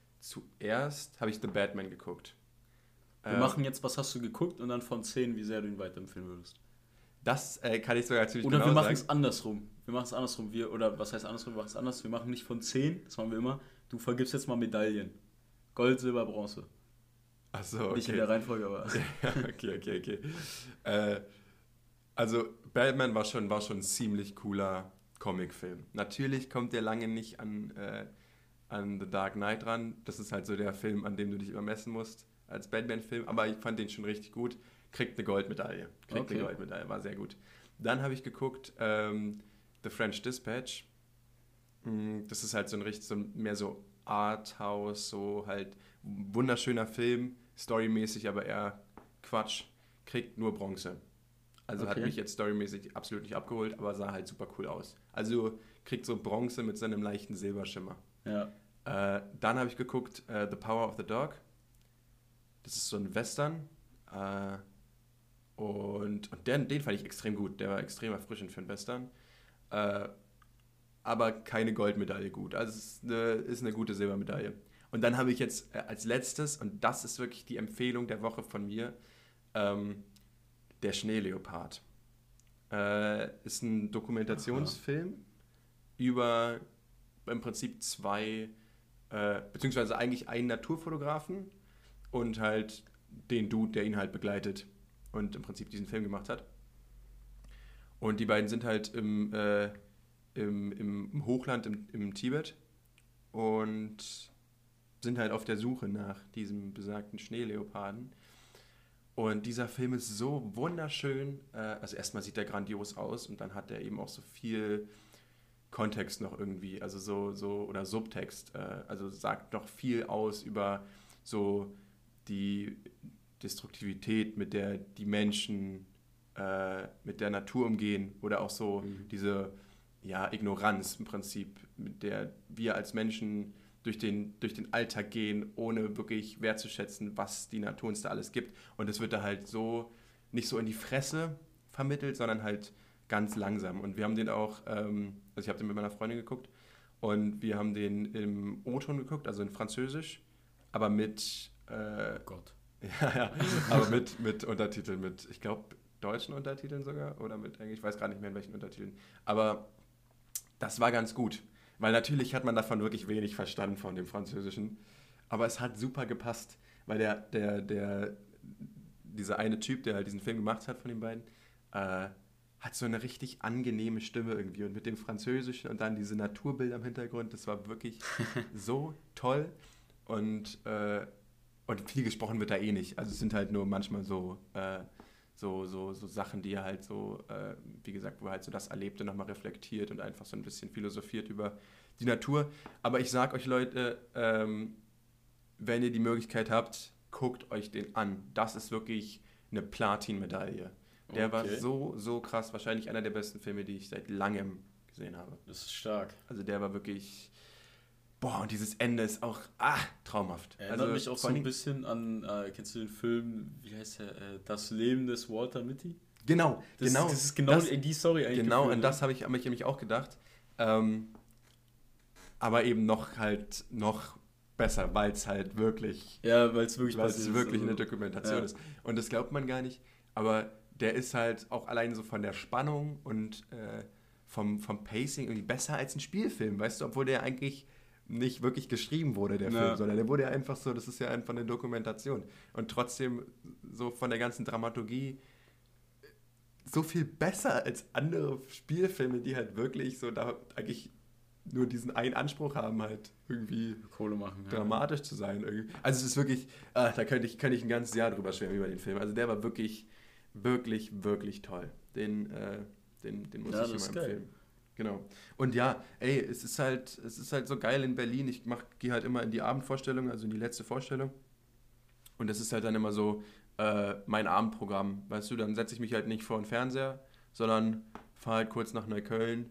zuerst habe ich The Batman geguckt. Wir Äh, machen jetzt, was hast du geguckt und dann von zehn, wie sehr du ihn weiterempfehlen würdest. Das äh, kann ich sogar natürlich Oder genau wir machen sagen. es andersrum. Wir machen es andersrum. Wir, oder was heißt andersrum? Wir machen es anders. Wir machen nicht von zehn, das machen wir immer. Du vergibst jetzt mal Medaillen. Gold, Silber, Bronze. Ach so, Nicht in okay. der Reihenfolge, aber. okay, okay, okay. Äh, also Batman war schon, war schon ein ziemlich cooler Comicfilm. Natürlich kommt der lange nicht an, äh, an The Dark Knight ran. Das ist halt so der Film, an dem du dich immer messen musst als Batman-Film. Aber ich fand den schon richtig gut. Kriegt eine Goldmedaille. Kriegt Okay. eine Goldmedaille, war sehr gut. Dann habe ich geguckt ähm, The French Dispatch. Mm, Das ist halt so ein richtig, so ein- mehr so Arthouse, so halt wunderschöner Film, storymäßig aber eher Quatsch. Kriegt nur Bronze. Also hat Okay. mich jetzt storymäßig absolut nicht abgeholt, aber sah halt super cool aus. Also kriegt so Bronze mit seinem leichten Silberschimmer. Ja. Äh, dann habe ich geguckt äh, The Power of the Dog. Das ist so ein Western. Äh, und und den, den fand ich extrem gut. Der war extrem erfrischend für einen Western. Äh, aber keine Goldmedaille gut. Also es ist eine, ist eine gute Silbermedaille. Und dann habe ich jetzt äh, als letztes, und das ist wirklich die Empfehlung der Woche von mir, ähm, der Schneeleopard. Äh, ist ein Dokumentationsfilm Aha. über im Prinzip zwei, äh, beziehungsweise eigentlich einen Naturfotografen und halt den Dude, der ihn halt begleitet und im Prinzip diesen Film gemacht hat. Und die beiden sind halt im, äh, im, im Hochland, im, im Tibet und sind halt auf der Suche nach diesem besagten Schneeleoparden. Und dieser Film ist so wunderschön. Äh, also erstmal sieht er grandios aus und dann hat er eben auch so viel Kontext noch irgendwie, also so, so oder Subtext. Äh, also sagt noch viel aus über so die Destruktivität, mit der die Menschen äh, mit der Natur umgehen oder auch so mhm. diese ja, Ignoranz im Prinzip, mit der wir als Menschen durch den, durch den Alltag gehen, ohne wirklich wertzuschätzen, was die Natur uns da alles gibt. Und es wird da halt so, nicht so in die Fresse vermittelt, sondern halt ganz langsam. Und wir haben den auch, ähm, also ich habe den mit meiner Freundin geguckt und wir haben den im O-Ton geguckt, also in Französisch, aber mit äh, Gott. Ja, ja, aber mit, mit Untertiteln, mit, ich glaube, deutschen Untertiteln sogar oder mit Englisch, ich weiß gar nicht mehr in welchen Untertiteln. Aber das war ganz gut, weil natürlich hat man davon wirklich wenig verstanden von dem Französischen, aber es hat super gepasst, weil der, der, der, dieser eine Typ, der halt diesen Film gemacht hat von den beiden, äh, hat so eine richtig angenehme Stimme irgendwie und mit dem Französischen und dann diese Naturbilder im Hintergrund, das war wirklich so toll und äh, Und viel gesprochen wird da eh nicht. Also es sind halt nur manchmal so, äh, so, so, so Sachen, die er halt so, äh, wie gesagt, wo er halt so das Erlebte nochmal reflektiert und einfach so ein bisschen philosophiert über die Natur. Aber ich sag euch Leute, ähm, wenn ihr die Möglichkeit habt, guckt euch den an. Das ist wirklich eine Platin-Medaille. Der okay. war so, so krass. Wahrscheinlich einer der besten Filme, die ich seit langem gesehen habe. Das ist stark. Also der war wirklich... Boah, und dieses Ende ist auch, ah, traumhaft. Erinnert also, mich auch so ein bisschen an, äh, kennst du den Film, wie heißt der, äh, Das Leben des Walter Mitty? Genau, das, genau. Das ist genau das, die Story eigentlich. Genau, gefühlt, an das habe ich, hab ich nämlich auch gedacht. Ähm, aber eben noch halt, noch besser, weil es halt wirklich... Ja, weil es wirklich, weil's wirklich also, eine Dokumentation ja. ist. Und das glaubt man gar nicht, aber der ist halt auch allein so von der Spannung und äh, vom, vom Pacing irgendwie besser als ein Spielfilm, weißt du, obwohl der eigentlich... nicht wirklich geschrieben wurde, der ja. Film, sondern der wurde ja einfach so, das ist ja einfach eine Dokumentation. Und trotzdem so von der ganzen Dramaturgie so viel besser als andere Spielfilme, die halt wirklich so da eigentlich nur diesen einen Anspruch haben, halt irgendwie Kohle machen, dramatisch ja. zu sein. Irgendwie. Also es ist wirklich, ah, da könnte ich, könnte ich ein ganzes Jahr drüber schwärmen über den Film. Also der war wirklich, wirklich, wirklich toll. Den, äh, den, den muss ja, ich immer empfehlen. Geil. Genau. Und ja, ey, es ist halt, es ist halt so geil in Berlin. Ich gehe halt immer in die Abendvorstellung, also in die letzte Vorstellung. Und das ist halt dann immer so äh, mein Abendprogramm. Weißt du, dann setze ich mich halt nicht vor den Fernseher, sondern fahre halt kurz nach Neukölln,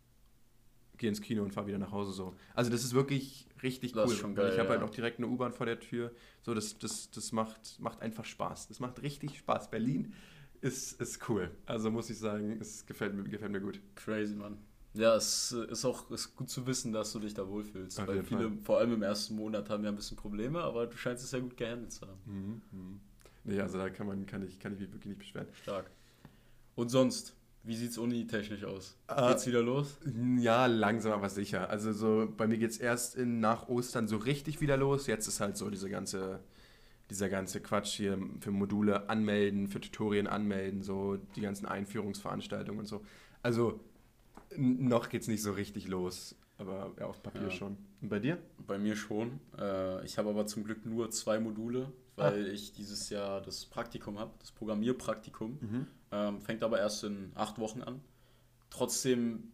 gehe ins Kino und fahre wieder nach Hause so. Also das ist wirklich richtig das cool. Ist schon geil, ich habe ja. halt auch direkt eine U-Bahn vor der Tür. So, das, das, das macht, macht einfach Spaß. Das macht richtig Spaß. Berlin ist, ist cool. Also muss ich sagen, es gefällt mir, gefällt mir gut. Crazy, Mann. Ja, es ist auch ist gut zu wissen, dass du dich da wohlfühlst. Auf weil viele, Fall. Vor allem im ersten Monat, haben ja ein bisschen Probleme, aber du scheinst es ja gut gehandelt zu haben. Mhm, mhm. Nee, also da kann, man, kann, ich, kann ich mich wirklich nicht beschweren. Stark. Und sonst, wie sieht es unitechnisch aus? Äh, geht's wieder los? Ja, langsam aber sicher. Also so bei mir geht es erst in, nach Ostern so richtig wieder los. Jetzt ist halt so diese ganze, dieser ganze Quatsch hier für Module anmelden, für Tutorien anmelden, so die ganzen Einführungsveranstaltungen und so. Also noch geht's nicht so richtig los, aber ja, auf Papier ja. schon. Und bei dir? Bei mir schon. Äh, ich habe aber zum Glück nur zwei Module, weil ah. ich dieses Jahr das Praktikum habe, das Programmierpraktikum. Mhm. Ähm, fängt aber erst in acht Wochen an. Trotzdem,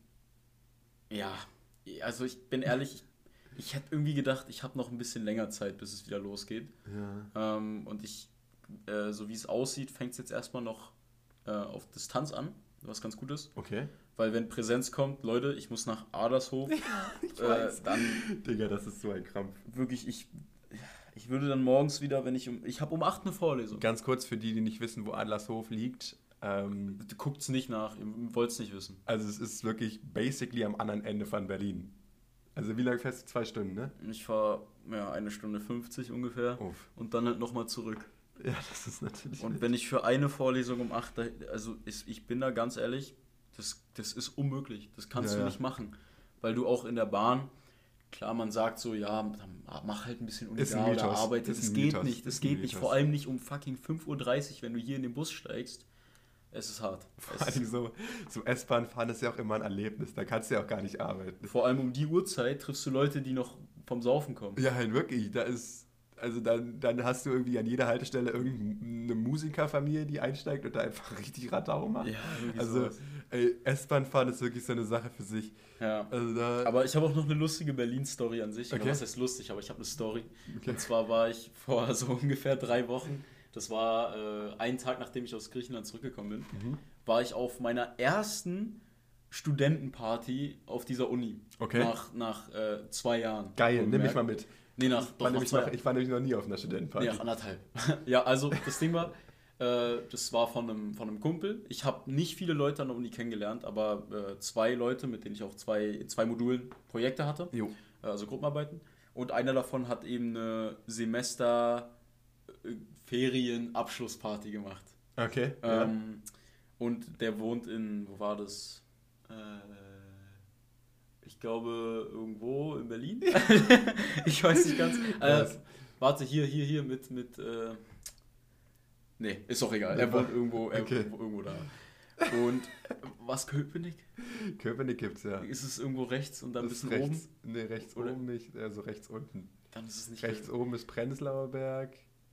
ja, also ich bin ehrlich, ich, ich hätte irgendwie gedacht, ich habe noch ein bisschen länger Zeit, bis es wieder losgeht. Ja. Ähm, und ich, äh, so wie es aussieht, fängt es jetzt erstmal noch äh, auf Distanz an, was ganz gut ist. Okay. Weil wenn Präsenz kommt, Leute, ich muss nach Adershof, ja, ich äh, weiß. dann... Digga, das ist so ein Krampf. Wirklich, ich, ich würde dann morgens wieder, wenn ich um... Ich habe um acht eine Vorlesung. Ganz kurz für die, die nicht wissen, wo Adlershof liegt. Ähm, Guckt's nicht nach, ihr wollt es nicht wissen. Also es ist wirklich basically am anderen Ende von Berlin. Also wie lange fährst du? Zwei Stunden, ne? Ich fahre ja, eine Stunde fünfzig ungefähr. Uff. Und dann halt nochmal zurück. Ja, das ist natürlich... Und wenn ich für eine Vorlesung um acht, also ist, ich bin da ganz ehrlich, das, das ist unmöglich. Das kannst Ja, du ja. nicht machen. Weil du auch in der Bahn, klar, man sagt so, ja, dann mach halt ein bisschen Uni Ist ein da oder Mythos. arbeite. Ist Das ein geht Mythos. nicht, das Ist ein geht nicht. Mythos. Vor allem nicht um fucking fünf Uhr dreißig, wenn du hier in den Bus steigst. Es ist hart. Vor Es allem so, so S-Bahn fahren ist ja auch immer ein Erlebnis. Da kannst du ja auch gar nicht arbeiten. Vor allem um die Uhrzeit triffst du Leute, die noch vom Saufen kommen. Ja, halt wirklich. Da ist... Also dann, dann hast du irgendwie an jeder Haltestelle irgendeine Musikerfamilie, die einsteigt und da einfach richtig Radau macht. Ja, irgendwie Also sowas. ey, S-Bahn fahren ist wirklich so eine Sache für sich. Ja. Also da, Aber ich habe auch noch eine lustige Berlin-Story an sich. Okay. Oder was heißt lustig, aber ich habe eine Story. Okay. Und zwar war ich vor so ungefähr drei Wochen, das war äh, ein Tag, nachdem ich aus Griechenland zurückgekommen bin, Mhm. war ich auf meiner ersten Studentenparty auf dieser Uni. Okay. Nach, nach äh, zwei Jahren. Geil, nimm mich Wohlgemerkt. mal mit. Nee, nach, Ich doch, war, nach nämlich zwei noch, ich war nämlich noch nie auf einer Studentenparty. Nee, nach anderthalb. Ja, also das Ding war, äh, das war von einem, von einem Kumpel. Ich habe nicht viele Leute an der Uni kennengelernt, aber äh, zwei Leute, mit denen ich auch zwei, zwei Modulen Projekte hatte, Jo. äh, also Gruppenarbeiten. Und einer davon hat eben eine Semester-Ferien-Abschlussparty gemacht. Okay. ja. Ähm, und der wohnt in, wo war das? Äh, ich glaube, irgendwo in Berlin. Ich weiß nicht ganz. Äh, Was? warte, hier, hier, hier mit, mit, äh, nee, ist doch egal. Er wohnt irgendwo, er Okay. wohnt irgendwo da. Und was, Köpenick? Köpenick gibt's ja. Ist es irgendwo rechts und dann ein Das ist bisschen oben? rechts, nee, rechts Oder- oben nicht, also rechts unten. Dann ist es nicht Rechts oben ist Prenzlauer Berg,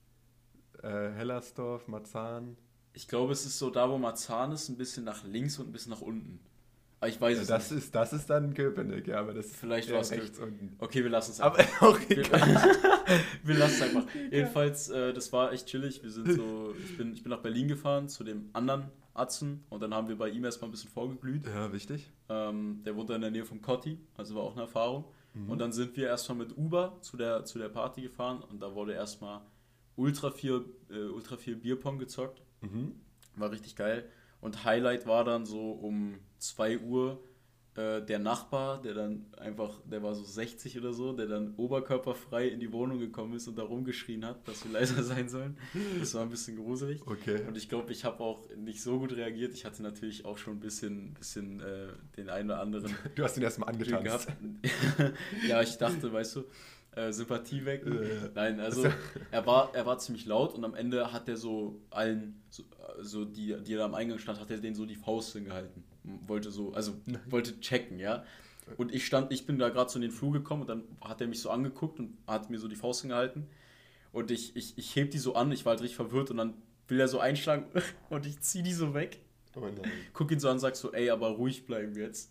äh, Hellersdorf, Marzahn. Ich glaube, es ist so da, wo Marzahn ist, ein bisschen nach links und ein bisschen nach unten. Aber ich weiß Ja, es das, nicht. ist, das ist dann Köpenick, ja, aber das ist Vielleicht eher war's rechts unten. Okay, wir lassen es Aber einfach. auch Wir, egal. wir lassen es einfach. Jedenfalls, äh, das war echt chillig. Wir sind so, ich bin, ich bin nach Berlin gefahren zu dem anderen Atzen und dann haben wir bei ihm erstmal ein bisschen vorgeglüht. Ja, wichtig. Ähm, der wohnt da in der Nähe vom Kotti, also war auch eine Erfahrung. Mhm. Und dann sind wir erstmal mit Uber zu der, zu der Party gefahren und da wurde erstmal ultra viel, äh, ultra viel Bierpong gezockt. Mhm. War richtig geil. Und Highlight war dann so um zwei Uhr äh, der Nachbar, der dann einfach, der war so sechzig oder so, der dann oberkörperfrei in die Wohnung gekommen ist und da rumgeschrien hat, dass wir leiser sein sollen. Das war ein bisschen gruselig. Okay. Und ich glaube, ich habe auch nicht so gut reagiert. Ich hatte natürlich auch schon ein bisschen, bisschen äh, den einen oder anderen Du hast ihn erstmal Glück angetanzt. gehabt. Ja, ich dachte, weißt du, äh, Sympathie wecken. Äh, Nein, also er war, er war ziemlich laut und am Ende hat er so allen, so, so die, die da am Eingang stand, hat er denen so die Faust hingehalten. Wollte so, also wollte checken, ja. Und ich stand, ich bin da gerade so in den Flur gekommen und dann hat er mich so angeguckt und hat mir so die Faust hingehalten. Und ich, ich, ich heb die so an, ich war halt richtig verwirrt und dann will er so einschlagen und ich zieh die so weg. Oh nein. Guck ihn so an und sag so, ey, aber ruhig bleiben jetzt.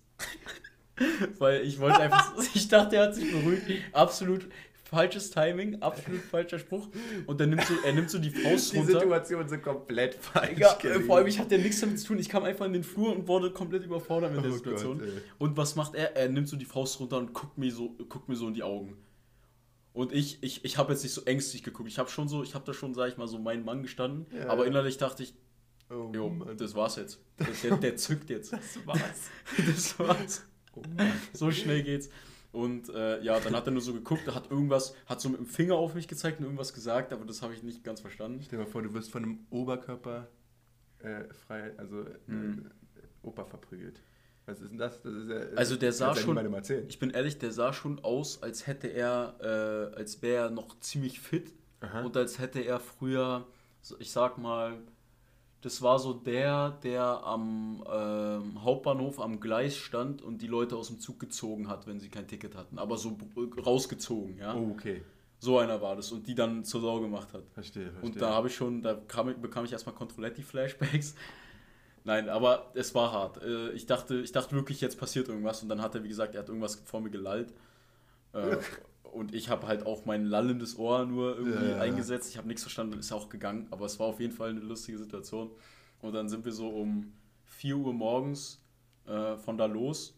Weil ich wollte einfach, ich dachte, er hat sich beruhigt. Absolut falsches Timing, absolut falscher Spruch. Und dann nimmt so, er nimmt so die Faust Die runter. Situation sind komplett falsch. Ja, gelegen. vor allem, ich hatte ja nichts damit zu tun. Ich kam einfach in den Flur und wurde komplett überfordert mit der Oh Situation. Gott, ey. Und was macht er? Er nimmt so die Faust runter und guckt mir so, guckt mir so in die Augen. Und ich, ich, ich habe jetzt nicht so ängstlich geguckt. Ich habe schon so, ich habe da schon, sag ich mal, so meinen Mann gestanden. Ja. Aber innerlich dachte ich, Oh jo, Mann. das war's jetzt. Das, der, der zückt jetzt. Das war's. Das war's. Oh Mann. So schnell geht's. Und äh, ja, dann hat er nur so geguckt, er hat irgendwas, hat so mit dem Finger auf mich gezeigt und irgendwas gesagt, aber das habe ich nicht ganz verstanden. Stell dir mal vor, du wirst von einem Oberkörper äh, frei, also äh, Hm. Opa verprügelt. Was ist denn das? Das ist ja, Also der das sah kannst du ja schon, niemandem erzählen. ich bin ehrlich, der sah schon aus, als hätte er, äh, als wäre er noch ziemlich fit Aha. und als hätte er früher, so, ich sag mal, das war so der, der am ähm, Hauptbahnhof am Gleis stand und die Leute aus dem Zug gezogen hat, wenn sie kein Ticket hatten, aber so b- rausgezogen, ja. Oh, okay. So einer war das und die dann zur Sau gemacht hat. Verstehe, verstehe. Und da habe ich schon, da kam, ich- bekam ich erstmal Controletti-Flashbacks. Nein, aber es war hart. Äh, Ich dachte, ich dachte wirklich, jetzt passiert irgendwas. Und dann hat er, wie gesagt, er hat irgendwas vor mir gelallt. Äh, Und ich habe halt auch mein lallendes Ohr nur irgendwie Ja. eingesetzt. Ich habe nichts verstanden und ist auch gegangen. Aber es war auf jeden Fall eine lustige Situation. Und dann sind wir so um vier Uhr morgens äh, von da los.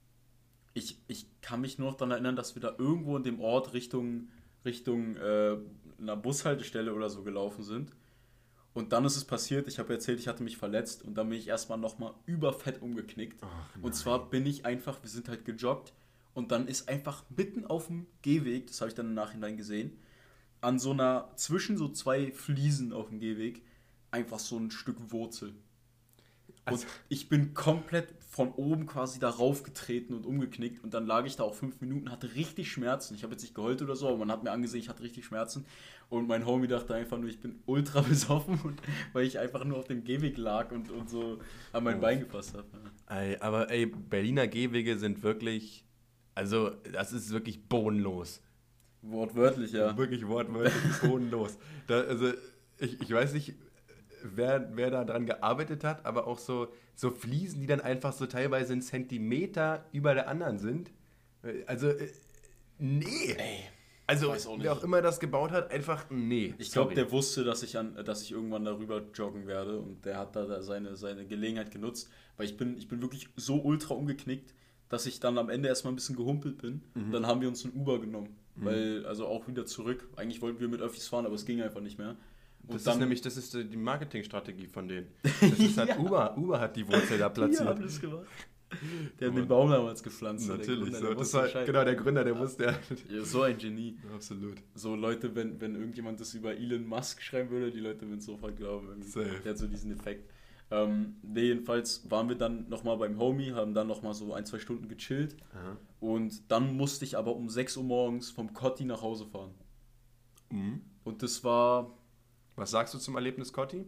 Ich, ich kann mich nur noch daran erinnern, dass wir da irgendwo in dem Ort Richtung, Richtung äh, einer Bushaltestelle oder so gelaufen sind. Und dann ist es passiert, ich habe erzählt, ich hatte mich verletzt und dann bin ich erstmal nochmal überfett umgeknickt. Ach, Und zwar bin ich einfach, wir sind halt gejoggt und dann ist einfach mitten auf dem Gehweg, das habe ich dann im Nachhinein gesehen, an so einer, zwischen so zwei Fliesen auf dem Gehweg, einfach so ein Stück Wurzel. Und Also- ich bin komplett von oben quasi darauf getreten und umgeknickt und dann lag ich da auch fünf Minuten, hatte richtig Schmerzen. Ich habe jetzt nicht geheult oder so, aber man hat mir angesehen, ich hatte richtig Schmerzen. Und mein Homie dachte einfach nur, ich bin ultra besoffen, und, weil ich einfach nur auf dem Gehweg lag und, und so an mein Oh. Bein gefasst habe. Ey, aber ey, Berliner Gehwege sind wirklich, also das ist wirklich bodenlos. Wortwörtlich, ja. Wirklich wortwörtlich bodenlos. Da, also ich, ich weiß nicht, wer, wer da dran gearbeitet hat, aber auch so, so Fliesen, die dann einfach so teilweise einen Zentimeter über der anderen sind. Also, äh, nee. Ey, Also, weiß auch nicht. wer auch immer das gebaut hat, einfach nee. ich glaube, Sorry. der wusste, dass ich, an, dass ich irgendwann darüber joggen werde, und der hat da, da seine, seine Gelegenheit genutzt, weil ich bin, ich bin wirklich so ultra umgeknickt, dass ich dann am Ende erstmal ein bisschen gehumpelt bin. Mhm. Dann haben wir uns ein Uber genommen, Mhm. weil, also auch wieder zurück. Eigentlich wollten wir mit Öffis fahren, aber es ging einfach nicht mehr. Und Das dann ist nämlich, das ist die Marketingstrategie von denen. Das ist halt Ja. Uber, Uber hat die Wurzel da Die platziert. haben das gemacht. Der hat Aber- den Baum damals gepflanzt. der Natürlich, Gründer, so, der das wusste war, Bescheid. genau, der Gründer, der wusste ja. Ja, so ein Genie. Absolut. So Leute, wenn, wenn irgendjemand das über Elon Musk schreiben würde, die Leute würden es sofort glauben. Irgendwie. Safe. Der hat so diesen Effekt. Ähm, nee, jedenfalls waren wir dann nochmal beim Homie, haben dann nochmal so ein, zwei Stunden gechillt. Aha. Und dann musste ich aber um sechs Uhr morgens vom Cotti nach Hause fahren. Mhm. Und das war Was sagst du zum Erlebnis, Cotti?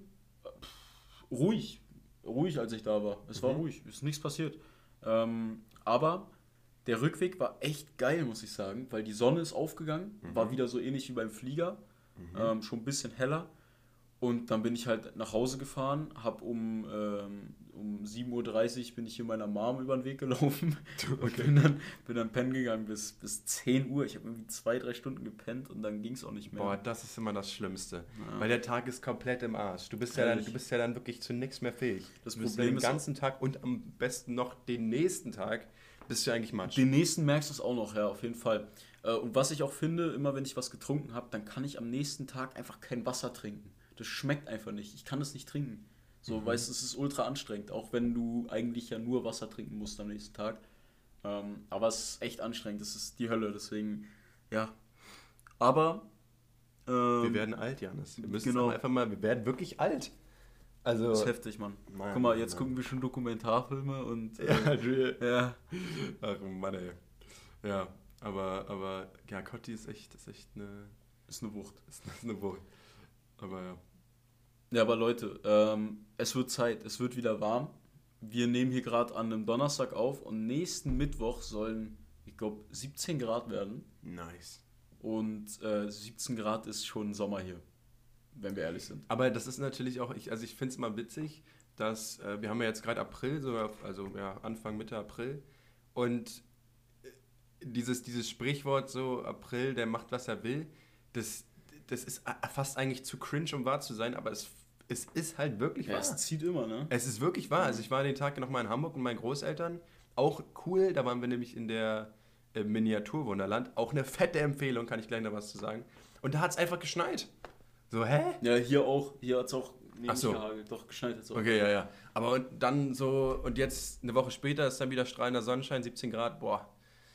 ruhig. Ruhig, als ich da war. Es war Mhm. ruhig, ist nichts passiert. Ähm, aber der Rückweg war echt geil, muss ich sagen, weil die Sonne ist aufgegangen, Mhm. war wieder so ähnlich wie beim Flieger, ähm, schon ein bisschen heller. Und dann bin ich halt nach Hause gefahren, hab um, ähm, um sieben Uhr dreißig bin ich hier meiner Mom über den Weg gelaufen und bin dann, bin dann pennen gegangen bis, bis zehn Uhr. Ich habe irgendwie zwei, drei Stunden gepennt und dann ging es auch nicht mehr. Boah, das ist immer das Schlimmste. Ja. Weil der Tag ist komplett im Arsch. Du bist, ja dann, Ehrlich. du bist ja dann wirklich zu nichts mehr fähig. Das du bist Problem den ist ganzen Tag und am besten noch den nächsten Tag bist du eigentlich Matsch. Den nächsten merkst du es auch noch, ja, auf jeden Fall. Äh, Und was ich auch finde, immer wenn ich was getrunken habe, dann kann ich am nächsten Tag einfach kein Wasser trinken. Das schmeckt einfach nicht. Ich kann es nicht trinken. So, Mhm. weißt du, es ist ultra anstrengend, auch wenn du eigentlich ja nur Wasser trinken musst am nächsten Tag. Ähm, aber es ist echt anstrengend, das ist die Hölle, deswegen, ja. Aber, ähm, Wir werden alt, Janis. Wir müssen genau. genau. einfach mal, wir werden wirklich alt. Also, das ist heftig, Mann. Mann, Guck mal, jetzt Mann. gucken wir schon Dokumentarfilme und, äh, ja, Jules. ja. Ach Mann, ey. Ja, aber, aber, ja, Cotti ist echt, ist echt eine, Ist eine Wucht. ist eine Wucht. Aber ja. Ja, aber Leute, ähm, es wird Zeit, es wird wieder warm. Wir nehmen hier gerade an einem Donnerstag auf und nächsten Mittwoch sollen, ich glaube, siebzehn Grad werden. Nice. Und äh, siebzehn Grad ist schon Sommer hier, wenn wir ehrlich sind. Aber das ist natürlich auch, ich, also ich finde es mal witzig, dass äh, wir haben ja jetzt gerade April, so, also ja, Anfang, Mitte April. Und äh, dieses, dieses Sprichwort so, April, der macht, was er will, das, das ist a- fast eigentlich zu cringe, um wahr zu sein, aber es, es ist halt wirklich Ja, wahr. es zieht immer, ne? Es ist wirklich wahr. Also ich war den Tag nochmal in Hamburg mit meinen Großeltern. Auch cool, da waren wir nämlich in der äh, Miniaturwunderland. Auch eine fette Empfehlung, kann ich gleich noch was zu sagen. Und da hat es einfach geschneit. So, hä? Ja, hier auch, hier hat es auch, nee, Ach so. nicht gehagelt, doch geschneit hat's auch. Okay, ja, ja. Aber und dann so, und jetzt eine Woche später ist dann wieder strahlender Sonnenschein, siebzehn Grad. Boah.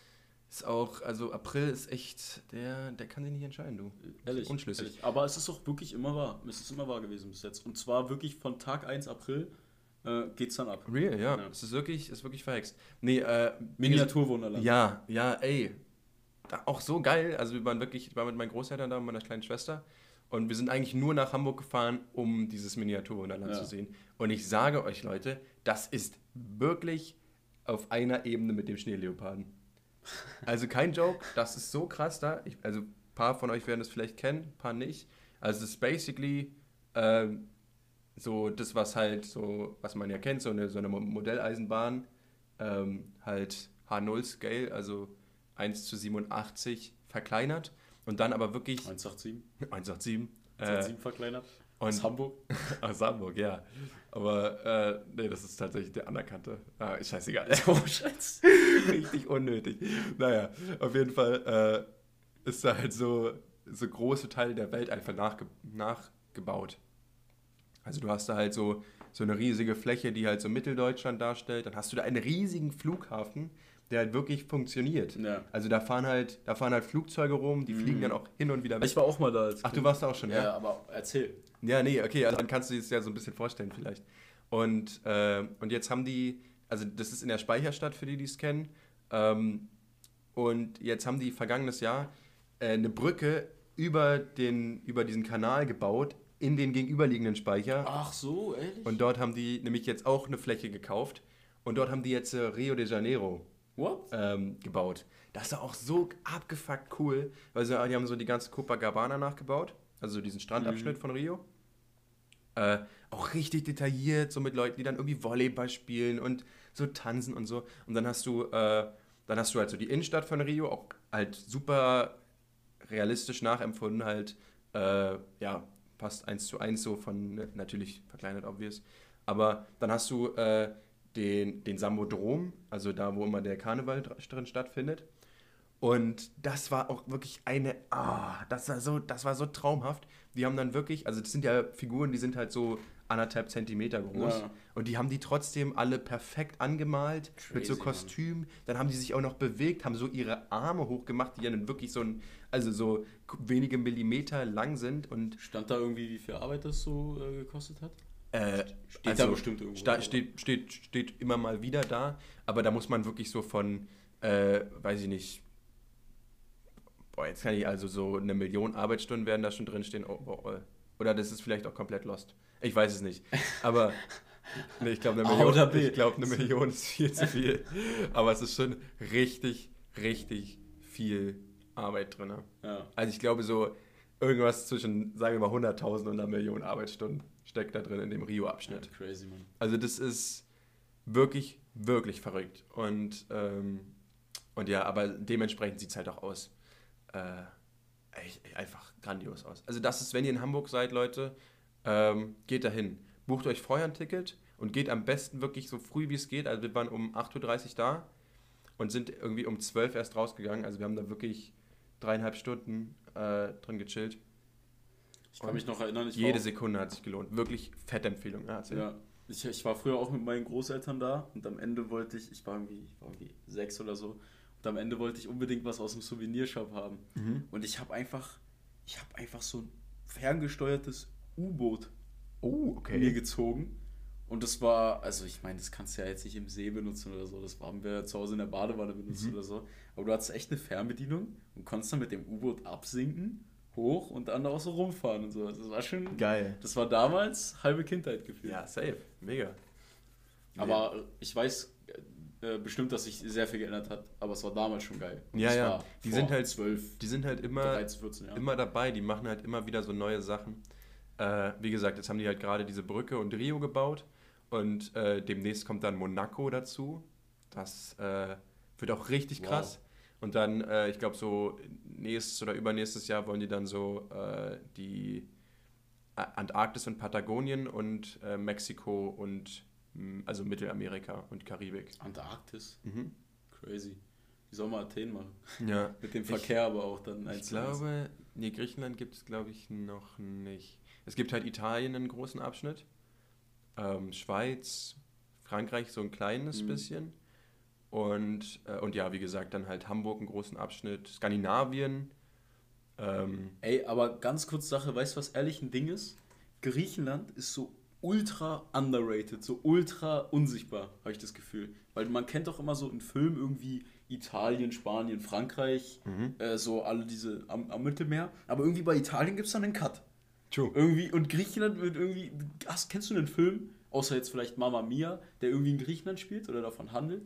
Ist auch, also April ist echt, der, der kann sich nicht entscheiden, du. Ehrlich, Unschlüssig. ehrlich. Aber es ist auch wirklich immer wahr. Es ist immer wahr gewesen bis jetzt. Und zwar wirklich von Tag eins April äh, geht's dann ab. Real, ja. Ja. Es ist wirklich, es ist wirklich verhext. Nee, äh, Miniaturwunderland. Ja, ja, ey. Da, auch so geil. Also wir waren wirklich, ich war mit meinen Großeltern da und meiner kleinen Schwester. Und wir sind eigentlich nur nach Hamburg gefahren, um dieses Miniaturwunderland Ja. zu sehen. Und ich sage euch, Leute, das ist wirklich auf einer Ebene mit dem Schneeleoparden. Also kein Joke, das ist so krass da. Ich, also ein paar von euch werden es vielleicht kennen, ein paar nicht. Also es ist basically ähm, so das, was halt so, was man ja kennt, so eine, so eine Modelleisenbahn, ähm, halt H null Scale, also eins zu siebenundachtzig verkleinert und dann aber wirklich eins acht sieben. eins Komma sieben eins acht sieben verkleinert. und Aus Hamburg. aus Hamburg, ja. Aber äh, nee, das ist tatsächlich der anerkannte. Ah, ist scheißegal. Oh, Scheiße. Richtig unnötig. Naja, auf jeden Fall äh, ist da halt so, so große Teile der Welt einfach nachge nachgebaut. Also du hast da halt so, so eine riesige Fläche, die halt so Mitteldeutschland darstellt. Dann hast du da einen riesigen Flughafen, der halt wirklich funktioniert. Ja. Also da fahren halt, da fahren halt Flugzeuge rum, die mhm. fliegen dann auch hin und wieder weg. Ich war auch mal da. Als Ach, kind. Du warst da auch schon, ja? Ja, aber erzähl. Ja, nee, okay, also dann kannst du dir das ja so ein bisschen vorstellen vielleicht. Und, äh, und jetzt haben die, also das ist in der Speicherstadt, für die, die es kennen, ähm, und jetzt haben die vergangenes Jahr äh, eine Brücke über, den, über diesen Kanal gebaut, in den gegenüberliegenden Speicher. Ach so, ehrlich? Und dort haben die nämlich jetzt auch eine Fläche gekauft. Und dort haben die jetzt äh, Rio de Janeiro ähm, gebaut. Das ist auch so abgefuckt cool, weil sie, die haben so die ganze Copacabana nachgebaut, also diesen Strandabschnitt mhm. von Rio. Äh, auch richtig detailliert, so mit Leuten, die dann irgendwie Volleyball spielen und so tanzen und so. Und dann hast du, äh, dann hast du halt so die Innenstadt von Rio, auch halt super realistisch nachempfunden, halt, äh, ja, passt eins zu eins so von, natürlich verkleinert, obvious. Aber dann hast du äh, den, den Sambodrom, also da, wo immer der Karneval drin stattfindet. Und das war auch wirklich eine, ah, das war so, das war so traumhaft. Die haben dann wirklich, also das sind ja Figuren, die sind halt so anderthalb Zentimeter groß. Ja. Und die haben die trotzdem alle perfekt angemalt, crazy, mit so Kostüm. Dann haben die sich auch noch bewegt, haben so ihre Arme hochgemacht, die ja dann wirklich so ein, also so wenige Millimeter lang sind. Und stand da irgendwie, wie viel Arbeit das so äh, gekostet hat? Äh, steht also, da bestimmt irgendwo. Sta- steht, steht, steht immer mal wieder da, aber da muss man wirklich so von, äh, weiß ich nicht, boah, jetzt kann ich also so eine Million Arbeitsstunden werden da schon drinstehen, oh, oh, oh. Oder das ist vielleicht auch komplett lost. Ich weiß es nicht, aber nee, ich glaube eine, Million, ich glaub, eine Million ist viel zu viel, aber es ist schon richtig, richtig viel Arbeit drin. Ja. Also ich glaube so irgendwas zwischen, sagen wir mal, hunderttausend und einer Million Arbeitsstunden steckt da drin in dem Rio-Abschnitt. Ja, crazy, man. Also das ist wirklich, wirklich verrückt. Und, ähm, und ja, aber dementsprechend sieht es halt auch aus. Äh, echt, einfach grandios aus. Also das ist, wenn ihr in Hamburg seid, Leute, ähm, geht dahin. Bucht euch vorher ein Ticket und geht am besten wirklich so früh, wie es geht. Also wir waren um acht Uhr dreißig da und sind irgendwie um zwölf erst rausgegangen. Also wir haben da wirklich dreieinhalb Stunden äh, drin gechillt. Ich kann und mich noch erinnern, ich jede war auch, Sekunde hat sich gelohnt. Wirklich fette Empfehlung. Ja, ja ich, ich war früher auch mit meinen Großeltern da und am Ende wollte ich, ich war irgendwie, ich war irgendwie sechs oder so, und am Ende wollte ich unbedingt was aus dem Souvenirshop haben. Mhm. Und ich habe einfach, ich habe einfach so ein ferngesteuertes U-Boot oh, okay. mir gezogen. Und das war, also ich meine, das kannst du ja jetzt nicht im See benutzen oder so, das haben wir zu Hause in der Badewanne benutzt mhm. oder so. Aber du hattest echt eine Fernbedienung und konntest dann mit dem U-Boot absinken, hoch und dann auch so rumfahren und so. Das war schon geil. Das war damals halbe Kindheit gefühlt. Ja, safe. Mega. Aber ja. ich weiß äh, bestimmt, dass sich sehr viel geändert hat, aber es war damals schon geil. Und ja, ja. Die sind halt zwölf, die sind halt immer, dreizehn, vierzehn Jahre. immer dabei, die machen halt immer wieder so neue Sachen. Äh, wie gesagt, jetzt haben die halt gerade diese Brücke und Rio gebaut und äh, demnächst kommt dann Monaco dazu. Das äh, wird auch richtig krass. Wow. Und dann, äh, ich glaube, so nächstes oder übernächstes Jahr wollen die dann so äh, die Antarktis und Patagonien und äh, Mexiko und mh, also Mittelamerika und Karibik. Antarktis? Mhm. Crazy. Wie soll man Athen machen? Ja. Mit dem Verkehr ich, aber auch dann eins. Ich glaube, nee, Griechenland gibt es, glaube ich, noch nicht. Es gibt halt Italien einen großen Abschnitt, ähm, Schweiz, Frankreich so ein kleines mhm. bisschen. Und, äh, und ja, wie gesagt, dann halt Hamburg einen großen Abschnitt, Skandinavien. Ähm, Ey, aber ganz kurz Sache, weißt du, was ehrlich ein Ding ist? Griechenland ist so ultra underrated, so ultra unsichtbar, habe ich das Gefühl. Weil man kennt doch immer so in Filmen irgendwie Italien, Spanien, Frankreich, mhm. äh, so alle diese am, am Mittelmeer. Aber irgendwie bei Italien gibt es dann einen Cut. True. Irgendwie, und Griechenland wird irgendwie... Hast, kennst du einen Film, außer jetzt vielleicht Mamma Mia, der irgendwie in Griechenland spielt oder davon handelt?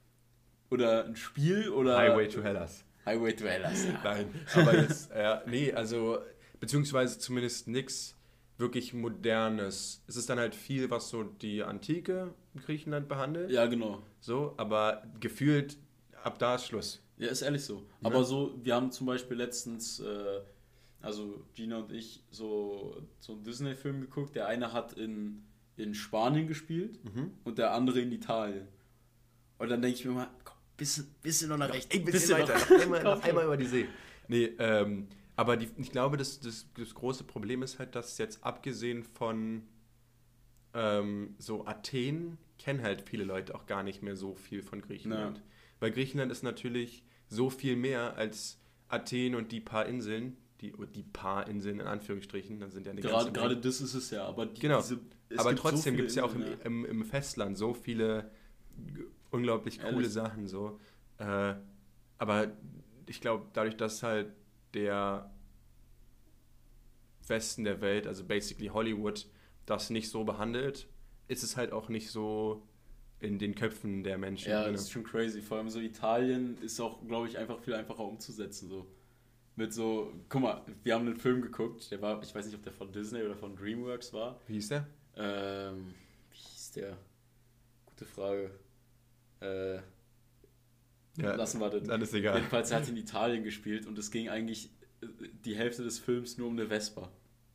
Oder ein Spiel oder... Highway to Hellas. Highway to Hellas, ja. Nein, aber jetzt, ja, nee, also, beziehungsweise zumindest nichts wirklich Modernes. Es ist dann halt viel, was so die Antike in Griechenland behandelt. Ja, genau. So, aber gefühlt, ab da ist Schluss. Ja, ist ehrlich so. Ja. Aber so, wir haben zum Beispiel letztens, äh, also Gina und ich, so, so einen Disney-Film geguckt. Der eine hat in, in Spanien gespielt mhm. und der andere in Italien. Und dann denke ich mir mal, komm, bisschen, bisschen noch nach rechts, ein bisschen, bisschen weiter, noch einmal, noch einmal über die See. Nee, ähm, aber die, ich glaube, das, das, das große Problem ist halt, dass jetzt abgesehen von ähm, so Athen kennen halt viele Leute auch gar nicht mehr so viel von Griechenland. Ja. weil Griechenland ist natürlich so viel mehr als Athen und die paar Inseln, die, die paar Inseln in Anführungsstrichen, dann sind ja eine Gerade, ganze gerade Menge. das ist es ja, aber die, Genau, diese, es aber gibt so trotzdem viele gibt es ja auch im, Inseln, im, im Festland so viele g- unglaublich coole Ehrlich? Sachen, so. Äh, aber ich glaube, dadurch, dass halt der Westen der Welt, also basically Hollywood, das nicht so behandelt, ist es halt auch nicht so in den Köpfen der Menschen Ja, drin. das ist schon crazy. Vor allem so Italien ist auch, glaube ich, einfach viel einfacher umzusetzen. So. Mit so, guck mal, wir haben einen Film geguckt, der war, ich weiß nicht, ob der von Disney oder von DreamWorks war. Wie hieß der? Ähm, wie hieß der? Gute Frage. Äh, Ja, lassen wir das. dann ist egal. Jedenfalls, er hat in Italien gespielt und es ging eigentlich äh, die Hälfte des Films nur um eine Vespa.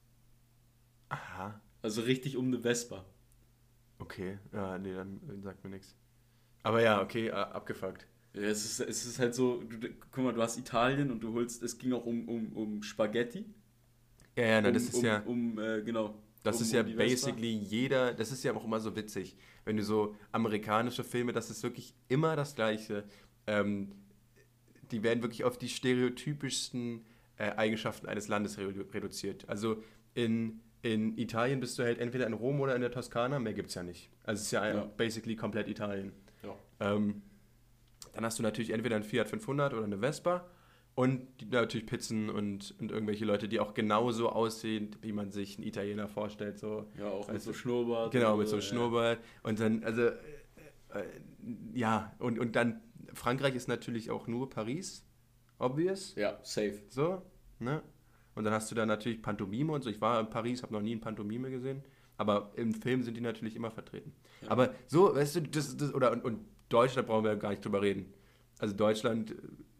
Aha, Also richtig um eine Vespa. okay. Ja, nee, dann äh, sagt mir nichts. Aber ja, okay, äh, abgefuckt. Ja, es ist, es ist halt so, du, guck mal, du hast Italien und du holst, es ging auch um, um, um Spaghetti. Ja, ja, na, Um, das ist um, ja, um äh, genau. das um, ist ja um die Vespa. basically jeder, das ist ja auch immer so witzig, wenn du so amerikanische Filme, das ist wirklich immer das Gleiche. Ähm, die werden wirklich auf die stereotypischsten äh, Eigenschaften eines Landes redu reduziert. Also in, in Italien bist du halt entweder in Rom oder in der Toskana, mehr gibt's ja nicht. Also es ist ja, Ja. basically komplett Italien. Ja. Ähm, dann hast du natürlich entweder einen Fiat fünfhundert oder eine Vespa und die, natürlich Pizzen und, und irgendwelche Leute, die auch genauso aussehen, wie man sich einen Italiener vorstellt. So. Ja, auch mit Weißt so du? Schnurrbart. Genau, und mit so einem ja. Schnurrbart. Und dann, also, äh, äh, ja, und, und dann, Frankreich ist natürlich auch nur Paris, obvious, Ja, safe. so, ne? Und dann hast du da natürlich Pantomime und so. Ich war in Paris, habe noch nie ein Pantomime gesehen, aber im Film sind die natürlich immer vertreten. Ja. Aber so, weißt du, das, das oder, und, und Deutschland brauchen wir gar nicht drüber reden. Also Deutschland,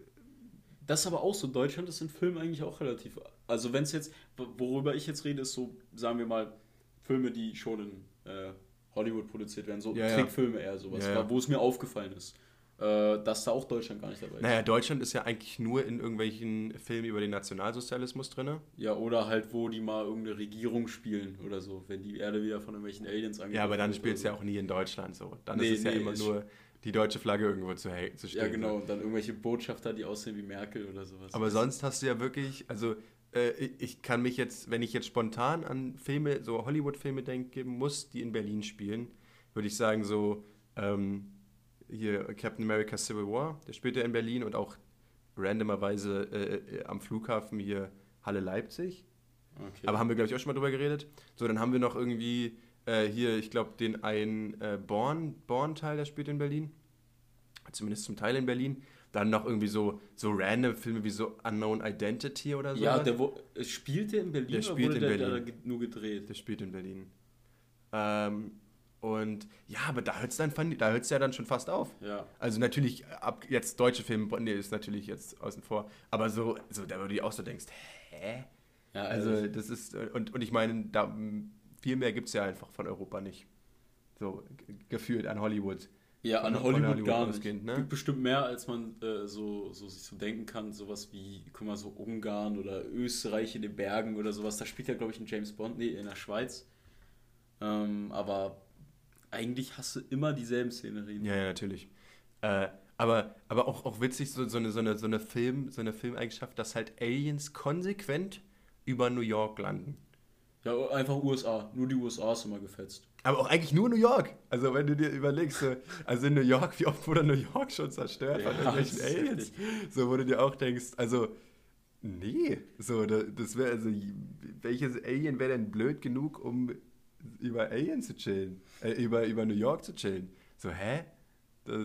Das ist aber auch so, Deutschland ist in Filmen eigentlich auch relativ. Also wenn es jetzt, worüber ich jetzt rede, ist so, sagen wir mal, Filme, die schon in äh, Hollywood produziert werden, so Ja, ja. Trickfilme eher sowas, Ja, ja. wo es mir aufgefallen ist, äh, dass da auch Deutschland gar nicht dabei ist. naja, Deutschland ist ja eigentlich nur in irgendwelchen Filmen über den Nationalsozialismus drin. Ja, oder halt, wo die mal irgendeine Regierung spielen oder so, wenn die Erde wieder von irgendwelchen Aliens angegriffen Ja, aber dann wird spielt es oder ja auch nie in Deutschland so. Dann Nee, ist es ja nee, immer ist- nur die deutsche Flagge irgendwo zu, hä- zu so. stehen. Ja, genau, So. und dann irgendwelche Botschafter, die aussehen wie Merkel oder sowas. Aber sonst hast du ja wirklich, also äh, ich- ich kann mich jetzt, wenn ich jetzt spontan an Filme, so Hollywood-Filme denken muss, die in Berlin spielen, würde ich sagen so, ähm, hier Captain America Civil War, der spielt ja in Berlin und auch randomerweise äh, äh, am Flughafen hier Halle Leipzig. Okay. Aber haben wir, glaube ich, auch schon mal drüber geredet. So, dann haben wir noch irgendwie äh, hier, ich glaube, den einen äh, Born, Born-Teil, der spielt in Berlin. Zumindest zum Teil in Berlin. Dann noch irgendwie so, so random Filme wie so Unknown Identity oder so. ja, der wo, äh, spielt der in Berlin Der oder spielt wurde in der, Berlin. da ge- nur gedreht? Der spielt in Berlin. Ähm, und ja, aber da hört es dann, fand- da hört's ja dann schon fast auf. Ja. Also natürlich, ab jetzt deutsche Filme, nee, ist natürlich jetzt außen vor. Aber so, so da wo du dir auch so denkst, hä? Ja, Also also, das ist, und, und ich meine, da, viel mehr gibt es ja einfach von Europa nicht. So g- gefühlt an Hollywood. ja, an von- Hollywood, von Hollywood gar nicht. ausgehend, ne? Gibt bestimmt mehr, als man äh, so, so sich so denken kann. Sowas wie, guck mal, so Ungarn oder Österreich in den Bergen oder sowas. Da spielt ja, glaube ich, ein James Bond, nee, in der Schweiz. Ähm, aber eigentlich hast du immer dieselben Szenerien. Ja, ja, natürlich. Äh, aber aber auch, auch witzig, so, so, eine, so, eine, so, eine Film, so eine Filmeigenschaft, dass halt Aliens konsequent über New York landen. Ja, einfach U S A. Nur die U S A ist immer gefetzt. Aber auch eigentlich nur New York. Also wenn du dir überlegst, so, also in New York, wie oft wurde New York schon zerstört von Ja, irgendwelchen das ist Aliens? So, wo du dir auch denkst, also, nee, so, da- das wäre, also, welches Alien wäre denn blöd genug, um über Aliens zu chillen? Äh, über, über New York zu chillen? So, hä? Da,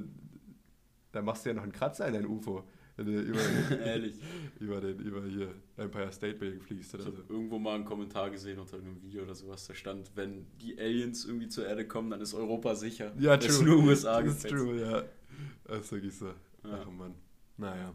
da machst du ja noch einen Kratzer in dein U F O. Wenn du über, Ehrlich. über, den, über hier Empire State Building fliegst oder Ich habe so. irgendwo mal einen Kommentar gesehen unter einem Video oder sowas, da stand, wenn die Aliens irgendwie zur Erde kommen, dann ist Europa sicher. Ja, Das ist true. nur U S A Das ist gefetzt. true, ja. Das ist wirklich so. Ja. Ach Mann. Naja.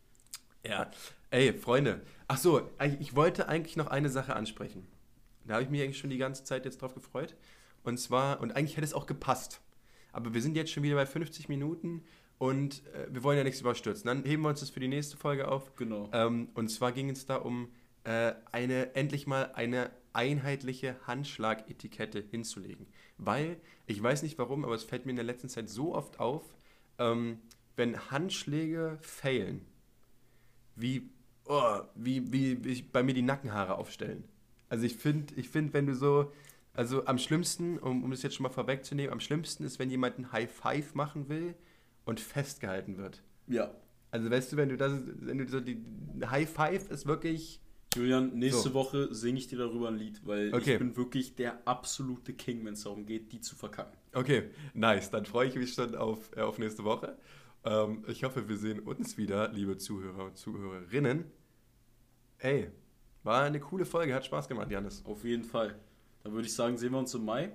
Ja. Ey, Freunde. Ach so, ich ich wollte eigentlich noch eine Sache ansprechen. Da habe ich mich eigentlich schon die ganze Zeit jetzt drauf gefreut. Und zwar, und eigentlich hätte es auch gepasst. Aber wir sind jetzt schon wieder bei fünfzig Minuten und äh, wir wollen ja nichts überstürzen. Dann heben wir uns das für die nächste Folge auf. Genau. Ähm, und zwar ging es da um äh, eine, endlich mal eine einheitliche Handschlagetikette hinzulegen. Weil, ich weiß nicht warum, aber es fällt mir in der letzten Zeit so oft auf, ähm, wenn Handschläge failen, wie, oh, wie, wie, wie bei mir die Nackenhaare aufstellen. Also ich finde, ich find, wenn du so, also am schlimmsten, um, um das jetzt schon mal vorwegzunehmen, am schlimmsten ist, wenn jemand ein High Five machen will und festgehalten wird. Ja. Also weißt du, wenn du das, wenn du so die High Five ist wirklich... Julian, nächste So. Woche singe ich dir darüber ein Lied, weil Okay. ich bin wirklich der absolute King, wenn es darum geht, die zu verkacken. Okay, nice. Dann freue ich mich schon auf, äh, auf nächste Woche. Ähm, ich hoffe, wir sehen uns wieder, liebe Zuhörer und Zuhörerinnen. Ey, war eine coole Folge, hat Spaß gemacht, Janis. Auf jeden Fall. Dann würde ich sagen, sehen wir uns im Mai.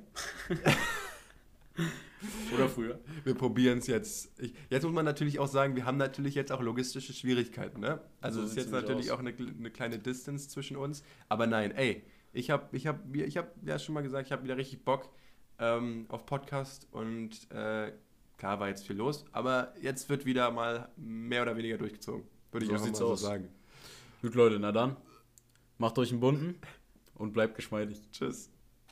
Oder früher. Wir probieren es jetzt. Ich, jetzt muss man natürlich auch sagen, wir haben natürlich jetzt auch logistische Schwierigkeiten, ne? Also So es ist sieht's jetzt nämlich natürlich aus. auch eine, eine kleine Distance zwischen uns. Aber nein, ey, ich habe ich hab, ich hab ja schon mal gesagt, ich habe wieder richtig Bock ähm, auf Podcast und äh, klar war jetzt viel los, aber jetzt wird wieder mal mehr oder weniger durchgezogen. Würde ich So einfach mal sieht's so aus. sagen. Gut, Leute, na dann. Macht euch einen bunten und bleibt geschmeidig. Tschüss.